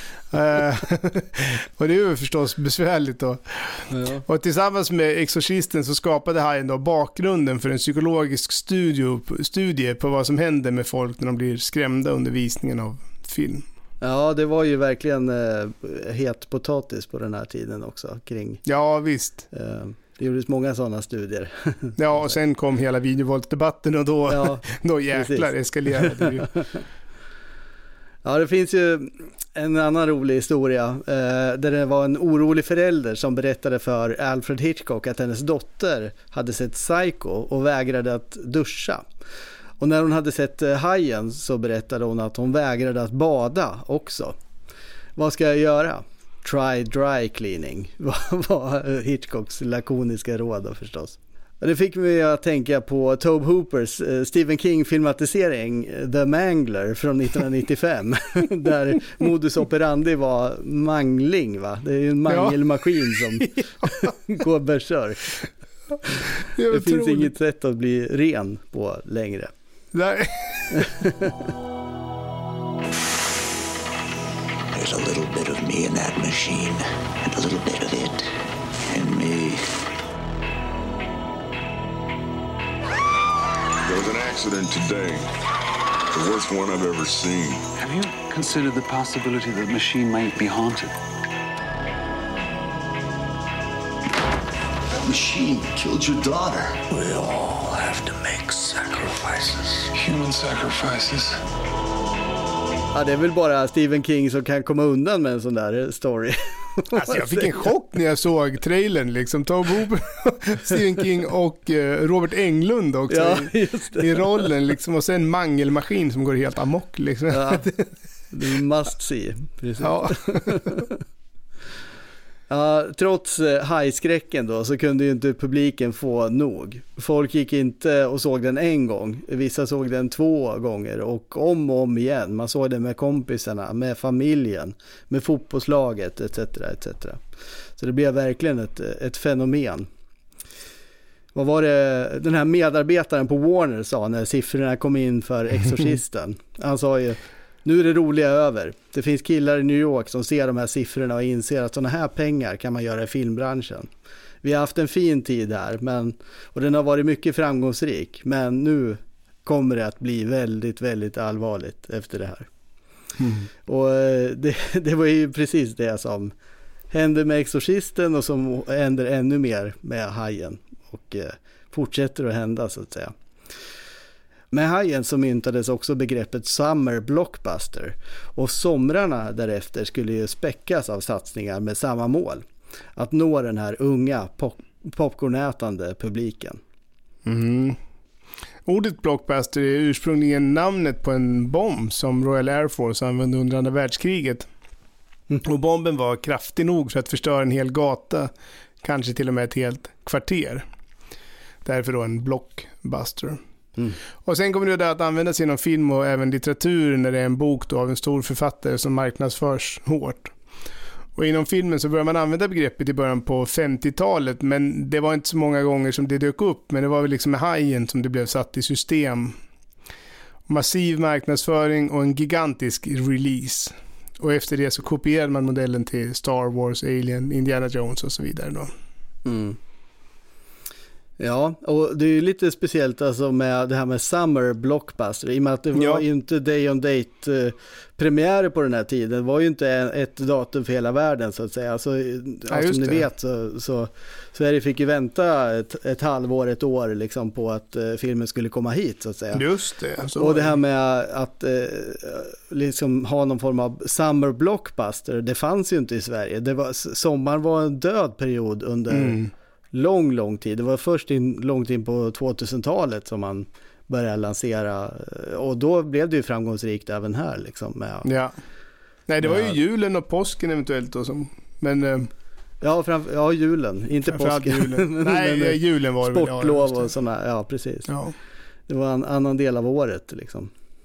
Och det är ju förstås besvärligt då. Ja. Och tillsammans med Exorcisten så skapade Hajen då bakgrunden för en psykologisk studio, studie på vad som händer med folk när de blir skrämda under visningen av film. Ja, det var ju verkligen eh, het potatis på den här tiden också kring. Ja, visst. Eh, det gjordes många sådana studier. Ja, och sen kom hela videovåldsdebatten och då, ja, då jäklar eskalerade det ju. Ja, det finns ju en annan rolig historia eh, där det var en orolig förälder som berättade för Alfred Hitchcock att hennes dotter hade sett Psycho och vägrade att duscha. Och när hon hade sett eh, Hajen så berättade hon att hon vägrade att bada också. Vad ska jag göra? Try dry cleaning var Hitchcocks lakoniska råd då, förstås. Det fick mig att tänka på Tobe Hoopers eh, Stephen King-filmatisering The Mangler från nittonhundranittiofem där modus operandi var mangling, va? Det är ju en mangelmaskin som går berserk. Det, det finns inget sätt att bli ren på längre. Nej. There's a little bit of me in that machine and a little bit of it in me. There was an accident today, the worst one I've ever seen. Have you considered the possibility that the machine might be haunted? That machine killed your daughter. We all have to make sacrifices. Human sacrifices. Ja, det är väl bara Stephen King som kan komma undan med en sån där story. Alltså jag fick en chock när jag såg trailern liksom. Tobe Hooper, Stephen King och uh, Robert Englund också ja, i, i rollen liksom. Och sen mangelmaskin som går helt amok liksom. Ja, du must see. Precis. Ja. Ja, trots eh, hajskräcken då så kunde ju inte publiken få nog. Folk gick inte och såg den en gång. Vissa såg den två gånger och om och om igen. Man såg den med kompisarna, med familjen, med fotbollslaget et cetera et cetera. Så det blev verkligen ett, ett fenomen. Vad var det den här medarbetaren på Warner sa när siffrorna kom in för Exorcisten? Han sa ju: nu är det roliga över. Det finns killar i New York som ser de här siffrorna och inser att sådana här pengar kan man göra i filmbranschen. Vi har haft en fin tid här men, och den har varit mycket framgångsrik. Men nu kommer det att bli väldigt, väldigt allvarligt efter det här. Mm. Och det, det var ju precis det som hände med Exorcisten och som händer ännu mer med Hajen och eh, fortsätter att hända så att säga. Med Hajen så myntades också begreppet Summer Blockbuster och somrarna därefter skulle ju späckas av satsningar med samma mål. Att nå den här unga pop- popcornätande publiken. Mm. Ordet blockbuster är ursprungligen namnet på en bomb som Royal Air Force använde under andra världskriget. Mm. Och bomben var kraftig nog för att förstöra en hel gata, kanske till och med ett helt kvarter. Därför då en blockbuster. Mm. Och sen kommer det där att användas inom film och även litteratur när det är en bok då av en stor författare som marknadsförs hårt. Och inom filmen så börjar man använda begreppet i början på femtiotalet, men det var inte så många gånger som det dök upp, men det var väl liksom med Hajen som det blev satt i system. Massiv marknadsföring och en gigantisk release. Och efter det så kopierade man modellen till Star Wars, Alien, Indiana Jones och så vidare då. Mm. Ja, och det är ju lite speciellt alltså med det här med Summer Blockbuster, i och med att det var ja. ju inte day on date eh, premiärer på den här tiden. Det var ju inte ett datum för hela världen så att säga. Alltså, ja, som ni det. vet så, så Sverige fick ju vänta ett, ett halvår, ett år liksom på att eh, filmen skulle komma hit så att säga. Just det. Så och det här med att eh, liksom ha någon form av Summer Blockbuster, det fanns ju inte i Sverige. Det var, sommaren var en död period under mm. lång, lång tid. Det var först in, långt in på tvåtusentalet som man började lansera, och då blev det ju framgångsrikt även här liksom med, ja. Nej, det var ju julen och påsken eventuellt då som, men ja, fram, ja julen, inte påsken. Julen. Nej, men, julen var det. Sportlov och såna, ja precis. Ja. Det var en annan del av året liksom.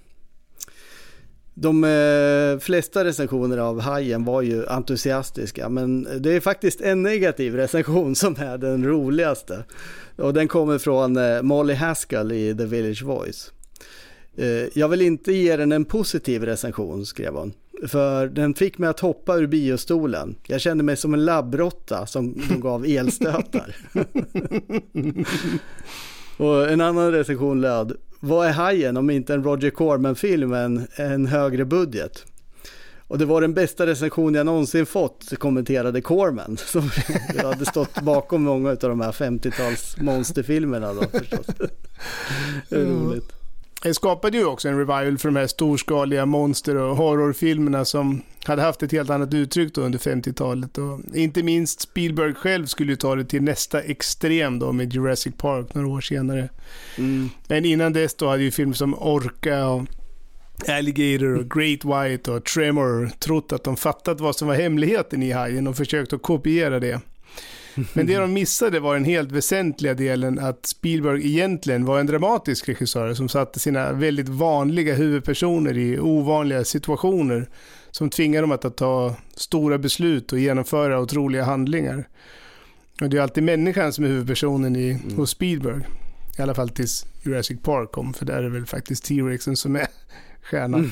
De eh, flesta recensioner av Hajen var ju entusiastiska, men det är faktiskt en negativ recension som är den roligaste. Och den kommer från eh, Molly Haskell i The Village Voice. Eh, jag vill inte ge den en positiv recension, skrev hon. För den fick mig att hoppa ur biostolen. Jag kände mig som en labbrotta som gav elstötar. Och en annan recension löd: vad är Hajen om inte en Roger Corman-film med en, en högre budget? Och det var den bästa recension jag någonsin fått, kommenterade Corman, som jag hade stått bakom många av de här femtiotals monsterfilmerna då förstås. Det är roligt. Det skapade ju också en revival för de här storskaliga monster- och horrorfilmerna som hade haft ett helt annat uttryck då under femtiotalet. Och inte minst Spielberg själv skulle ju ta det till nästa extrem då med Jurassic Park några år senare. Mm. Men innan dess då hade ju filmer som Orca och Alligator och Great White och Tremor trott att de fattat vad som var hemligheten i Hajen och försökt att kopiera det. Men det de missade var den helt väsentliga delen att Spielberg egentligen var en dramatisk regissör som satte sina väldigt vanliga huvudpersoner i ovanliga situationer som tvingar dem att ta stora beslut och genomföra otroliga handlingar. Och det är alltid människan som är huvudpersonen i, mm. hos Spielberg. I alla fall tills Jurassic Park kom, för där är väl faktiskt T-Rexen som är stjärnan.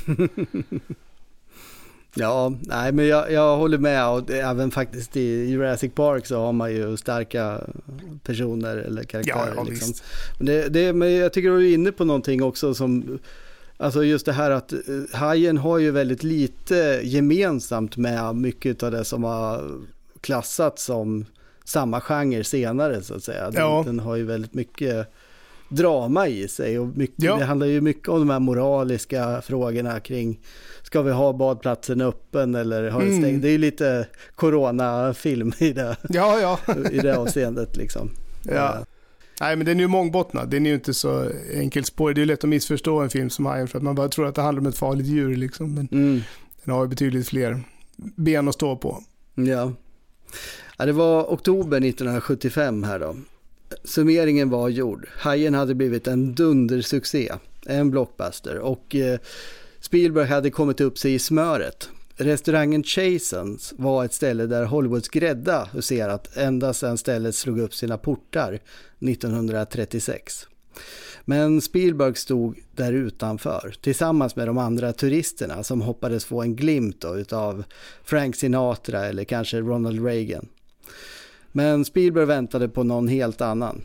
Ja, nej, men jag, jag håller med, och det, även faktiskt i Jurassic Park så har man ju starka personer eller karaktärer. Ja, liksom. Men, det, det, men jag tycker du är inne på någonting också som, alltså just det här att Hajen har ju väldigt lite gemensamt med mycket av det som har klassats som samma genre senare så att säga. Den, ja. den har ju väldigt mycket drama i sig och mycket, ja. det handlar ju mycket om de här moraliska frågorna kring, ska vi ha badplatsen öppen eller har det stängt? Mm. Det är ju lite coronafilm i det, ja, ja. i det avseendet liksom. Ja. Ja. Nej, men den är ju mångbottnad. Den är ju inte så enkelt spår. Det är ju lätt att missförstå en film som Hajen för att man bara tror att det handlar om ett farligt djur liksom. Men mm. den har ju betydligt fler ben att stå på. Ja. Ja, det var oktober nittonhundrasjuttiofem här då. Summeringen var gjord. Hajen hade blivit en dundersuccé, en blockbuster, och eh, Spielberg hade kommit upp sig i smöret. Restaurangen Chasens var ett ställe där Hollywoods grädda huserat ända sedan stället slog upp sina portar nittonhundratrettiosex. Men Spielberg stod där utanför tillsammans med de andra turisterna som hoppades få en glimt av Frank Sinatra eller kanske Ronald Reagan. Men Spielberg väntade på någon helt annan.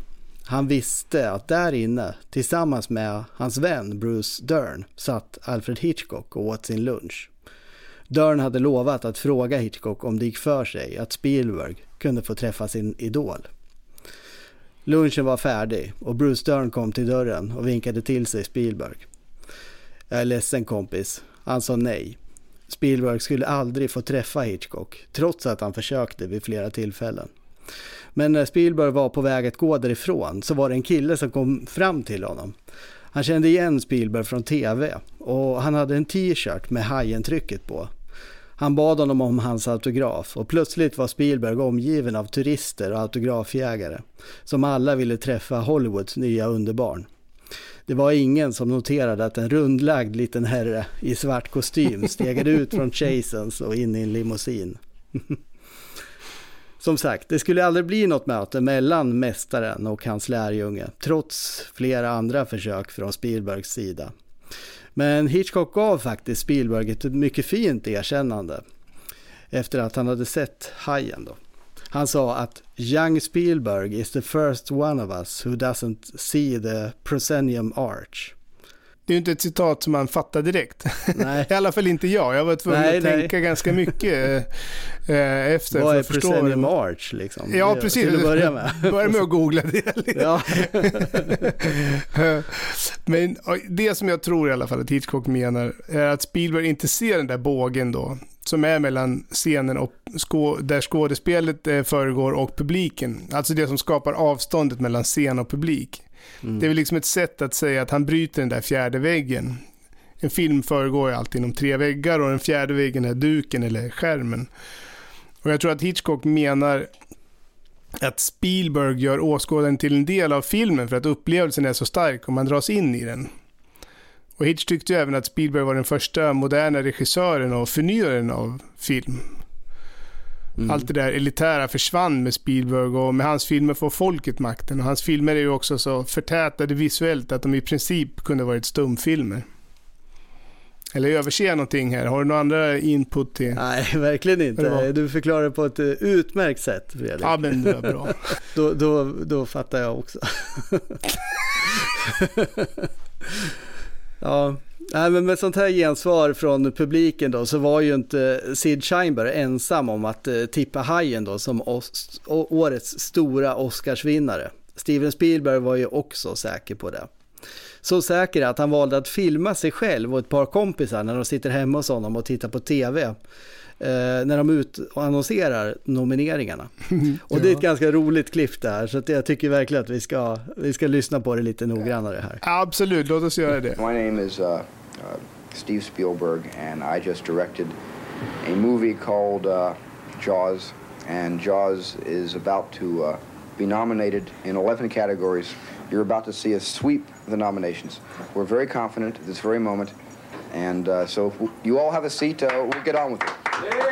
Han visste att där inne, tillsammans med hans vän Bruce Dern, satt Alfred Hitchcock och åt sin lunch. Dern hade lovat att fråga Hitchcock om det gick för sig att Spielberg kunde få träffa sin idol. Lunchen var färdig och Bruce Dern kom till dörren och vinkade till sig Spielberg. Jag är ledsen kompis, han sa nej. Spielberg skulle aldrig få träffa Hitchcock, trots att han försökte vid flera tillfällen. Men när Spielberg var på väg att gå därifrån så var det en kille som kom fram till honom. Han kände igen Spielberg från tv och han hade en t-shirt med Hajen-trycket på. Han bad honom om hans autograf och plötsligt var Spielberg omgiven av turister och autografjägare som alla ville träffa Hollywoods nya underbarn. Det var ingen som noterade att en rundlagd liten herre i svart kostym stegade ut från Chasens och in i en limousin. Som sagt, det skulle aldrig bli något möte mellan mästaren och hans lärjunge, trots flera andra försök från Spielbergs sida. Men Hitchcock gav faktiskt Spielberg ett mycket fint erkännande efter att han hade sett Hajen då. Han sa att young Spielberg is the first one of us who doesn't see the proscenium arch. Det är ju inte ett citat som man fattar direkt. Nej. I alla fall inte jag. Jag var tvungen nej, att nej. tänka ganska mycket eh, efter. Vad för är att förstå proscenium arch liksom? Ja, det, precis. Till att börja med. Börja med att googla det. Ja. Men det som jag tror i alla fall att Hitchcock menar är att Spielberg inte ser den där bågen då, som är mellan scenen och skå- där skådespelet eh, föregår och publiken. Alltså det som skapar avståndet mellan scen och publik. Mm. Det är väl liksom ett sätt att säga att han bryter den där fjärde väggen. En film föregår ju alltid inom tre väggar och den fjärde väggen är duken eller skärmen. Och jag tror att Hitchcock menar att Spielberg gör åskådaren till en del av filmen för att upplevelsen är så stark och man dras in i den. Och Hitch tyckte ju även att Spielberg var den första moderna regissören och förnyaren av film. Mm. Allt det där elitära försvann med Spielberg och med hans filmer får folket makten. Och hans filmer är ju också så förtätade visuellt att de i princip kunde varit stumfilmer. Eller överser någonting här. Har du några andra input till? Nej, verkligen inte. Du förklarar det på ett utmärkt sätt, Fredrik. Ja, men det var bra. då, då, då fattar jag också. Ja, nej, men med sånt här gensvar från publiken då så var ju inte Sid Sheinberg ensam om att uh, tippa Hajen då som os- årets stora Oscarsvinnare. Steven Spielberg var ju också säker på det. Så säker att han valde att filma sig själv och ett par kompisar när de sitter hemma hos honom och tittar på tv eh, när de ut och annonserar nomineringarna. Och ja. Det är ett ganska roligt klipp där, så att jag tycker verkligen att vi ska, vi ska lyssna på det lite noggrannare här. Absolut, låt oss göra det. My name is uh, uh, Steve Spielberg and I just directed a movie called uh, Jaws, and Jaws is about to uh, be nominated in eleven categories. You're about to see us sweep the nominations. We're very confident at this very moment. And uh, so if you all have a seat, uh, we'll get on with it.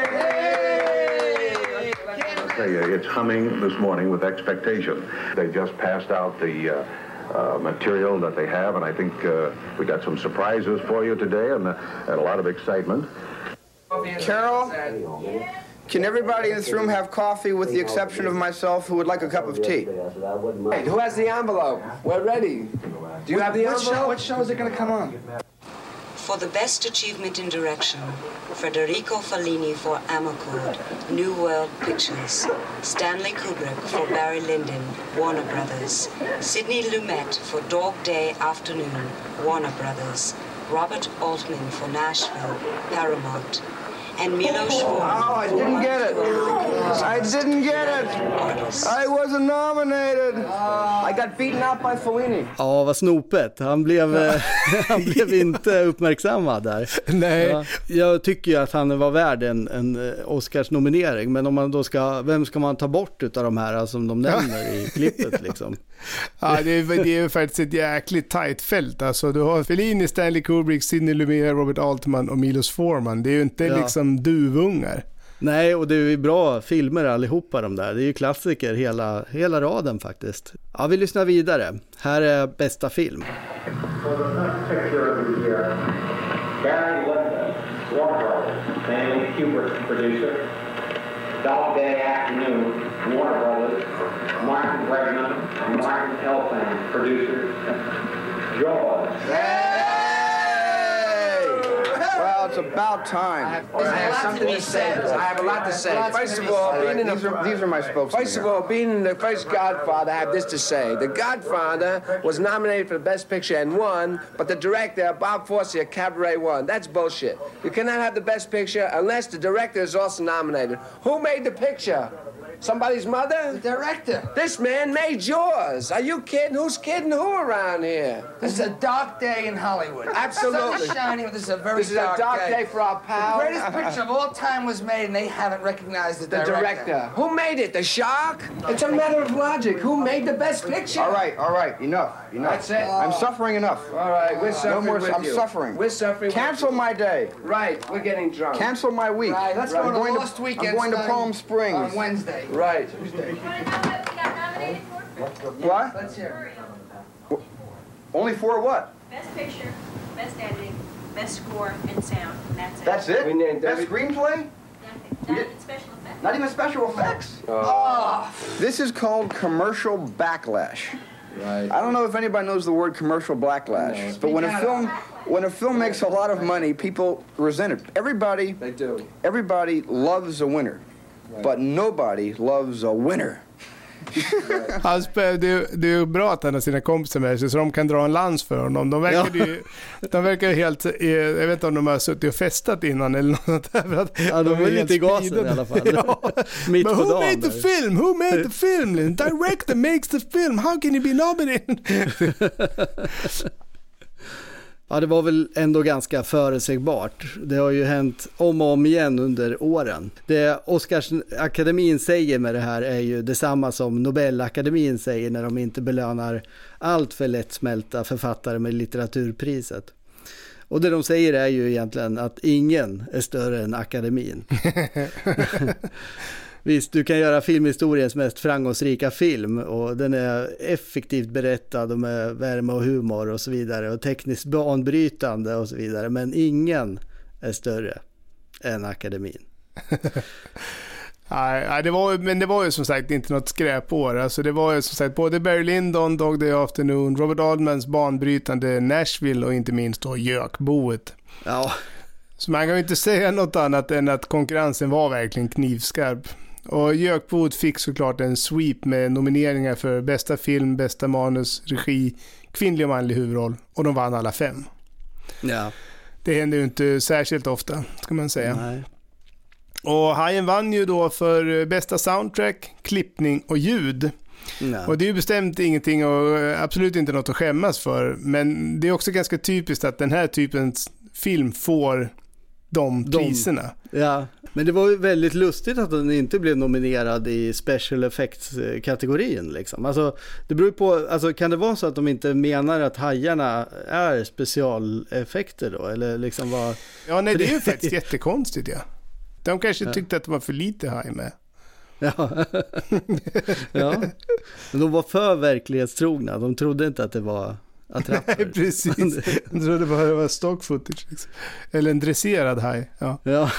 Okay, it's humming this morning with expectation. They just passed out the uh, uh, material that they have, and I think uh, we got some surprises for you today and, uh, and a lot of excitement. Carol? Can everybody in this room have coffee with the exception of myself who would like a cup of tea? Hey, who has the envelope? We're ready. Do you have the what envelope? Show, what show is it going to come on? For the best achievement in direction, Federico Fellini for Amarcord, New World Pictures. Stanley Kubrick for Barry Lyndon, Warner Brothers. Sidney Lumet for Dog Day Afternoon, Warner Brothers. Robert Altman for Nashville, Paramount. And Milos Forman. Oh, I didn't get it. I didn't get it. I wasn't nominated. I got beaten out by Fellini. Ja, vad snopet. Han blev, han blev inte uppmärksammad där. Nej. Ja, jag tycker ju att han var värd en, en Oscars-nominering. Men om man då ska, vem ska man ta bort utav de här som de nämner i klippet liksom? Ja, det är, det är faktiskt ett jäkligt tajt fält. Alltså, du har Fellini, Stanley Kubrick, Sidney Lumet, Robert Altman och Milos Forman. Det är ju inte ja. liksom duvungar. Nej, och det är ju bra filmer allihopa de där. Det är ju klassiker hela, hela raden faktiskt. Ja, vi lyssnar vidare. Här är bästa film. Barry Lyndon, Warner Brothers, Stanley Kubrick, producer. Dog Day Afternoon, Warner Brothers. Martin Wegman, Martin Elfman, producer. Jaws. Well, it's about time. I have, I have something to say. I have a lot to say. First of all, being in the, these, are, these are my spokesmen. First of all, being in the first Godfather, I have this to say. The Godfather was nominated for the Best Picture and won, but the director, Bob Fosse of Cabaret, won. That's bullshit. You cannot have the Best Picture unless the director is also nominated. Who made the picture? Somebody's mother? The director. This man made yours. Are you kidding? Who's kidding who around here? This is a dark day in Hollywood. Absolutely. Sun is shining, but this is a very this is dark, a dark day. day for our pal. The greatest picture of all time was made, and they haven't recognized the, the director. director. Who made it? The shark? It's a matter of logic. Who made the Best Picture? All right, all right. Enough. Enough. That's it. I'm suffering enough. All right, we're suffering no more, with I'm you. suffering. We're suffering. Cancel my day. Right. We're getting drunk. Cancel my week. Right. Let's right. go to I'm going Lost to, Weekend. I'm going to Palm Springs on Wednesday. Right. Tuesday. What? Let's hear it. Only for what? Best picture, best editing, best score, and sound. And that's it. That's it? We named Best every... screenplay? Nothing. Not even special effects. Not even special effects? Oh. Oh. This is called commercial backlash. Right. I don't know if anybody knows the word commercial backlash, no. but when a film when a film makes a lot of money, people resent it. Everybody, they do. Everybody loves a winner, right. but nobody loves a winner. Alltså, det, det är ju bra att han har sina kompisar med sig så de kan dra en lans för honom. De verkar ju, de verkar ju helt, jag vet inte om de har suttit och festat innan eller något sånt där. För att ja, de, de är lite i gasen i alla fall. Ja. Mitt But på who dagen made the där. film? Who made the film? The director makes the film. How can you be nominated? Ja, det var väl ändå ganska förutsägbart. Det har ju hänt om och om igen under åren. Det Oscarsakademin säger med det här är ju detsamma som Nobelakademin säger när de inte belönar allt för lättsmälta författare med litteraturpriset. Och det de säger är ju egentligen att ingen är större än akademin. Visst, du kan göra filmhistoriens mest framgångsrika film och den är effektivt berättad och med värme och humor och så vidare och tekniskt banbrytande och så vidare, men ingen är större än akademin. Nej, det var, men det var ju som sagt inte något skräpår. Alltså det var ju som sagt både Barry Lyndon, Dog Day Afternoon, Robert Altmans banbrytande Nashville och inte minst då Gökboet. Ja. Så man kan ju inte säga något annat än att konkurrensen var verkligen knivskarp. Och Gökboet fick såklart en sweep med nomineringar för bästa film, bästa manus, regi, kvinnlig och manlig huvudroll. Och de vann alla fem. Ja. Det händer ju inte särskilt ofta, ska man säga. Nej. Och Hajen vann ju då för bästa soundtrack, klippning och ljud. Nej. Och det är ju bestämt ingenting och absolut inte något att skämmas för. Men det är också ganska typiskt att den här typens film får de, de priserna. Ja, men det var ju väldigt lustigt att den inte blev nominerad i special effects-kategorin liksom. Alltså, det beror på, alltså, kan det vara så att de inte menar att hajarna är specialeffekter då? Eller liksom vad... Ja, nej, det är ju faktiskt jättekonstigt, ja. De kanske ja. tyckte att det var för lite haj med. Ja. Ja, men de var för verklighetstrogna. De trodde inte att det var attrapper. Nej, precis. De trodde bara det var stock footage. Liksom. Eller en dresserad haj. Ja. Ja.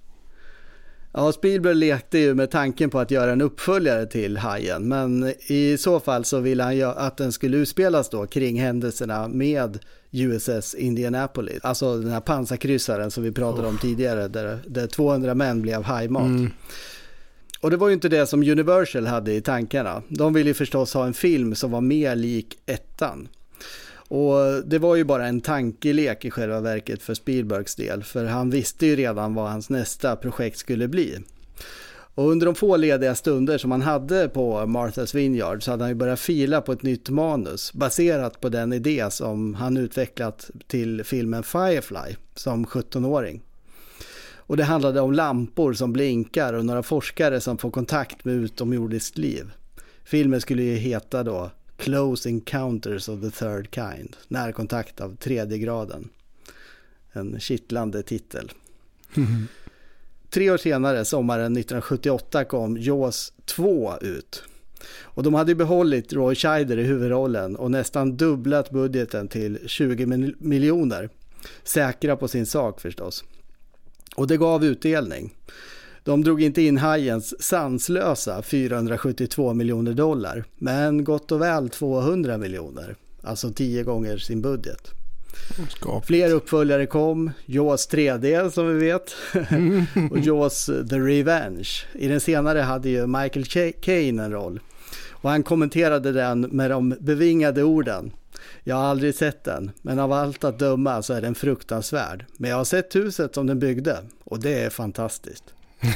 Ja, Spielberg lekte ju med tanken på att göra en uppföljare till Hajen, men i så fall så ville han ju att den skulle utspelas då kring händelserna med U S S Indianapolis. Alltså den här pansarkryssaren som vi pratade oh. om tidigare där, där tvåhundra män blev hajmat. Mm. Och det var ju inte det som Universal hade i tankarna. De ville ju förstås ha en film som var mer lik ettan. Och det var ju bara en tankelek i själva verket för Spielbergs del. För han visste ju redan vad hans nästa projekt skulle bli. Och under de få lediga stunder som han hade på Martha's Vineyard så hade han ju börjat fila på ett nytt manus baserat på den idé som han utvecklat till filmen Firefly som sjuttonåring. Och det handlade om lampor som blinkar och några forskare som får kontakt med utomjordiskt liv. Filmen skulle ju heta då Close Encounters of the Third Kind. Närkontakt av tredje graden. En kittlande titel. Mm. Tre år senare, sommaren nittonhundrasjuttioåtta, kom Jaws två ut. Och de hade behållit Roy Scheider i huvudrollen och nästan dubblat budgeten till tjugo miljoner. Säkra på sin sak förstås. Och det gav utdelning. De drog inte in Hajens sanslösa fyrahundrasjuttiotvå miljoner dollar, men gott och väl tvåhundra miljoner, alltså tio gånger sin budget. Skapligt. Fler uppföljare kom, Jaws tre D som vi vet och Jaws The Revenge. I den senare hade ju Michael Caine en roll och han kommenterade den med de bevingade orden: jag har aldrig sett den, men av allt att döma så är den fruktansvärd. Men jag har sett huset som den byggde och det är fantastiskt.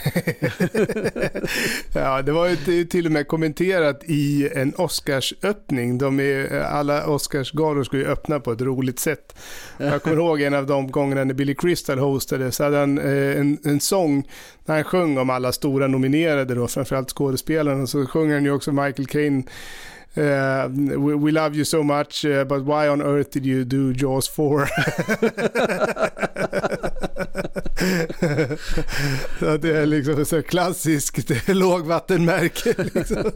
Ja, det var ju till och med kommenterat i en Oscarsöppning. De är, alla Oscarsgalor skulle ju öppna på ett roligt sätt. Jag kommer ihåg en av de gångerna när Billy Crystal hostade, så hade han en, en sång när han sjöng om alla stora nominerade då, framförallt skådespelarna, så sjunger han ju också Michael Caine Uh, we, we love you so much, uh, but why on earth did you do Jaws four? Så det är liksom så klassiskt lågvattenmärke liksom.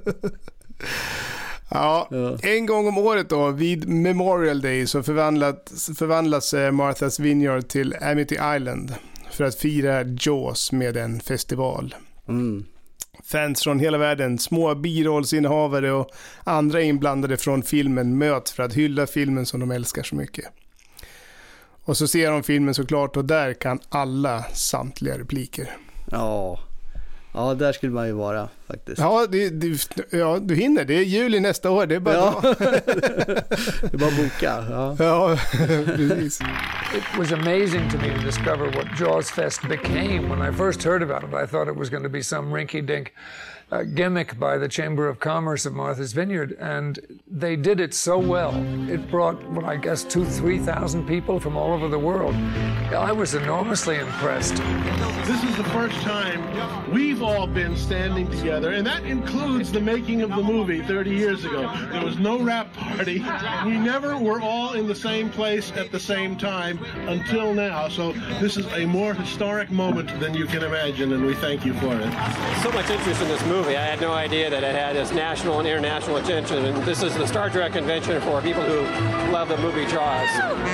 Ja, ja, en gång om året då vid Memorial Day så förvandlas, förvandlas Martha's Vineyard till Amity Island för att fira Jaws med en festival. Mm. Fans från hela världen, små birollsinnehavare och andra inblandade från filmen möts för att hylla filmen som de älskar så mycket. Och så ser de filmen såklart och där kan alla samtliga repliker. Ja, ja där skulle man ju vara faktiskt. Ja, det, det, ja du hinner. Det är juli nästa år. Det är bara, ja. Det är bara boka. Ja, ja precis. It was amazing to me to discover what Jaws Fest became. When I first heard about it, I thought it was going to be some rinky-dink uh, gimmick by the Chamber of Commerce of Martha's Vineyard, and they did it so well. It brought, well, I guess, two, three thousand people from all over the world. I was enormously impressed. This is the first time we've all been standing together, and that includes the making of the movie thirty years ago. There was no rap party. We never were all in the same place at the same time until now. So this is a more historic moment than you can imagine, and we thank you for it. So much interest in this movie. I had no idea that it had this national and international attention, and this is the Star Trek convention for people who love the movie Jaws.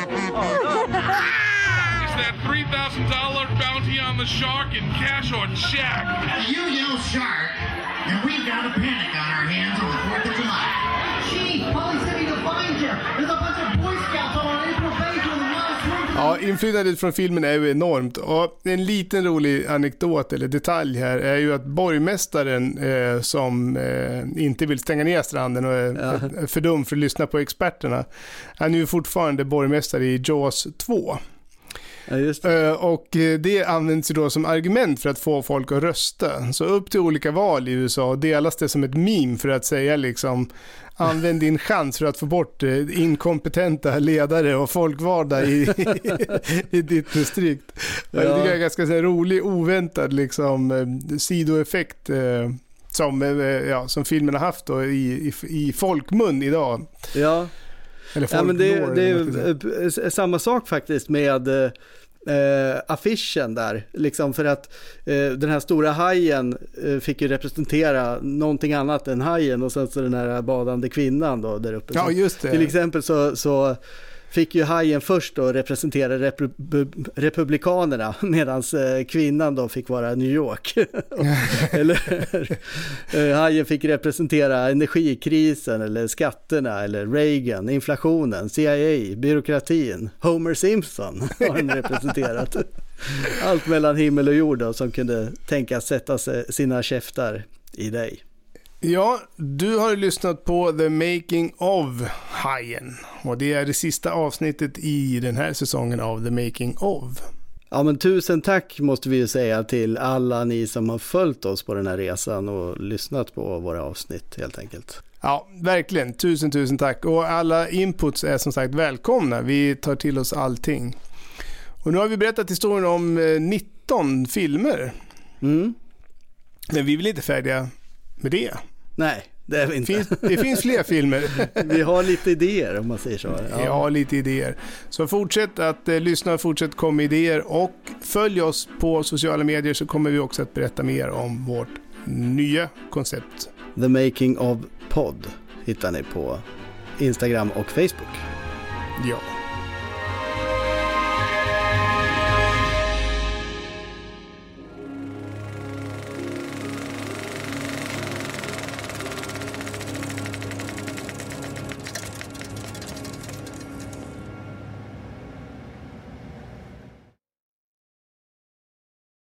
That three thousand dollars bounty on the shark in cash or check. You yell shark, and we've got a panic on our hands on the fourth of July. Chief, Polly said he'll find you. There's a bunch of Boy Scouts on our April page on the miles twenty. Ja, inflytandet från filmen är ju enormt. Och en liten rolig anekdot eller detalj här är ju att borgmästaren eh, som eh, inte vill stänga ner stranden och är ja. för dum för att lyssna på experterna, han är ju fortfarande borgmästare i Jaws två. Ja, just det. Och det används ju då som argument för att få folk att rösta. Så upp till olika val i U S A delas det som ett meme för att säga liksom: använd din chans för att få bort inkompetenta ledare och folkvalda i, i ditt distrikt. Ja. Det tycker jag är ganska så här rolig, oväntad liksom sidoeffekt som, ja, som filmen har haft då i, i, i folkmun idag. Ja. Ja, men det, det är samma sak faktiskt med eh, affischen där, liksom, för att eh, den här stora hajen eh, fick ju representera någonting annat än hajen, och sen så den här badande kvinnan då där uppe. Ja, just det. Till exempel så, så fick ju hajen först då representera repub- republikanerna, medan eh, kvinnan då fick vara New York. Eller eh, hajen fick representera energikrisen eller skatterna eller Reagan, inflationen, C I A, byråkratin. Homer Simpson har han representerat. Allt mellan himmel och jord då, som kunde tänka sätta sig sina käftar i dig. Ja, du har lyssnat på The Making of Hajen, och det är det sista avsnittet i den här säsongen av The Making of. Ja, men tusen tack måste vi ju säga till alla ni som har följt oss på den här resan och lyssnat på våra avsnitt helt enkelt. Ja, verkligen. Tusen, tusen tack. Och alla inputs är som sagt välkomna. Vi tar till oss allting. Och nu har vi berättat historien om nitton filmer. Mm. Men vi är väl inte färdiga med det? Nej, det är vi inte. Finns, det finns fler filmer. Vi har lite idéer om man säger så. Ja, ja lite idéer. Så fortsätt att eh, lyssna, fortsätt komma med idéer och följ oss på sociala medier, så kommer vi också att berätta mer om vårt nya koncept. The Making of Pod hittar ni på Instagram och Facebook. Ja.